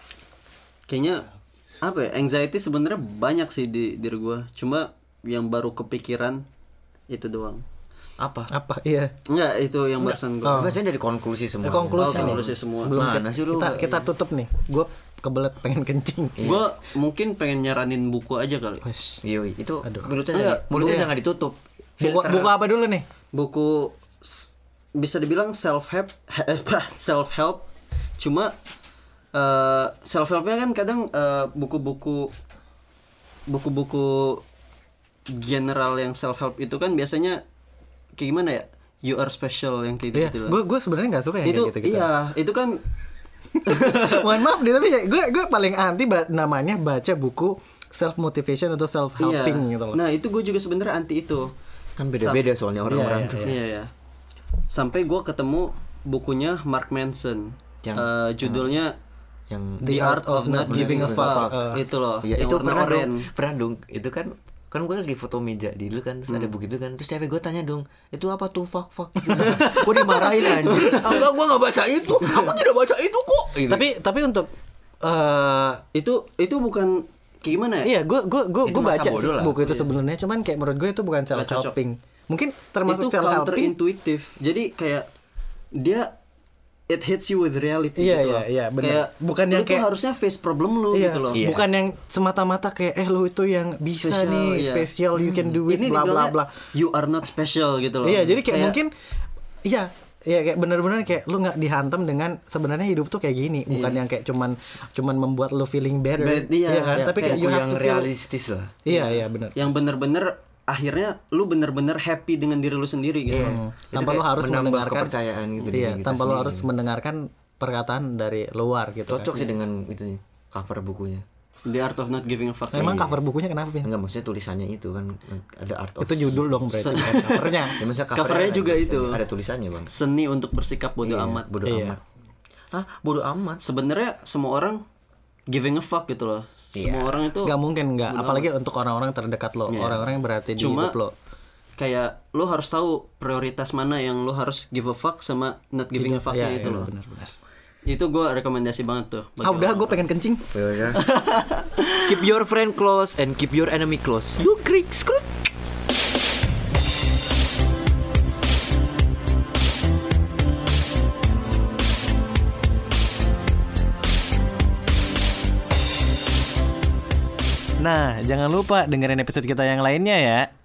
Kayaknya apa ya? Anxiety sebenarnya banyak sih di diri gue. Cuma yang baru kepikiran itu doang. Apa? Apa? Iya. Enggak, itu yang barusan gue. Oh. Biasanya dari konklusi semua. Konklusi Oh, nih. konklusi semua. Sebelum Mana kita, sih lu? kita kita tutup nih. Gue kebelet pengen kencing. Gue mungkin pengen nyaranin buku aja kali. Wes. Iya, iya. itu Aduh. mulutnya Enggak, jangan, mulutnya iya. jangan ditutup. Buku, Filter. buku apa dulu nih? Buku s- bisa dibilang self help, self help. Cuma eh, self helpnya kan kadang eh, buku-buku buku-buku general yang self help itu kan biasanya kayak gimana ya? You are special yang kayak Iya. gitu lah. Gue gue sebenarnya nggak suka yang Itu kayak gitu gitu. iya, itu kan Mohon maaf nih, tapi gue gue paling anti ba- namanya baca buku self motivation atau self helping iya. gitu loh. Nah, itu gue juga sebenarnya anti itu. Kan beda-beda soalnya orang-orang Iya, tuh. Iya ya. Sampai gue ketemu bukunya Mark Manson. Yang- Eh, judulnya Yang The Art of Not Giving a Fuck. Itu loh. Iya, yang itu warna pernah dong, oranye. pernah dong. Itu kan kan gue lagi foto meja di dulu kan, terus ada buku itu kan, terus cewek gue tanya dong, itu apa tuh fuck fuck gitu. Gue dimarahin anjir. Enggak, gue nggak baca itu, aku tidak baca itu kok. Gitu. Tapi tapi untuk eh Itu itu bukan kayak gimana ya? iya, gue gue gue Itu gue masa baca bodoh sih lah. buku itu sebenarnya, cuman kayak menurut gue itu bukan self Nggak cocok. helping. Mungkin termasuk Itu self counter helping. intuitif. Jadi kayak dia it hits you with reality Iya, gitu iya, loh. iya, benar. Kayak Bukan lu yang tuh kayak- harusnya face problem lu Iya, gitu loh. Iya. bukan yang semata-mata kayak eh lu itu yang bisa Special, nih, iya. special, you can do it, Ini bla bla dibilangnya, bla. you are not special gitu loh. Iya, jadi kayak, mungkin iya, iya kayak benar-benar kayak lu nggak dihantam dengan sebenarnya hidup tuh kayak gini, bukan yang kayak cuman cuman membuat lu feeling better. But, iya, kan? Ya, Tapi kayak you buku have yang to feel. realistis lah. Iya, iya benar. yang bener-bener akhirnya lu bener-bener happy dengan diri lu sendiri gitu. Iya. Tanpa Itu lu kayak harus menambah mendengarkan kepercayaan gitu di Iya, diri kita tanpa lu sendiri. harus mendengarkan perkataan dari luar gitu. Cocok kan. sih dengan itu nih, cover bukunya. The Art of Not Giving a Fuck. Emang Iya. cover bukunya kenapa, Vin? Enggak, maksudnya tulisannya itu kan ada art of Itu judul dong berarti bukan covernya. Ya, maksudnya Covernya ada juga tulisannya. itu. Ada tulisannya, Bang. Seni untuk bersikap bodoh Iya, amat. bodoh Iya. amat. Hah, bodoh amat. Sebenarnya semua orang giving a fuck gitu loh. Semua Iya. orang itu Gak mungkin nggak, apalagi untuk orang-orang terdekat lo, Iya. orang-orang yang berarti di Cuma- hidup lo. kayak lo harus tahu prioritas mana yang lo harus give a fuck sama not giving a fucknya Iya, itu iya, loh. benar-benar. Itu gue rekomendasi banget tuh. bagi Ah udah, orang. gue pengen kencing. Keep your friend close and keep your enemy close. You creak, skrut. Nah, jangan lupa dengerin episode kita yang lainnya ya.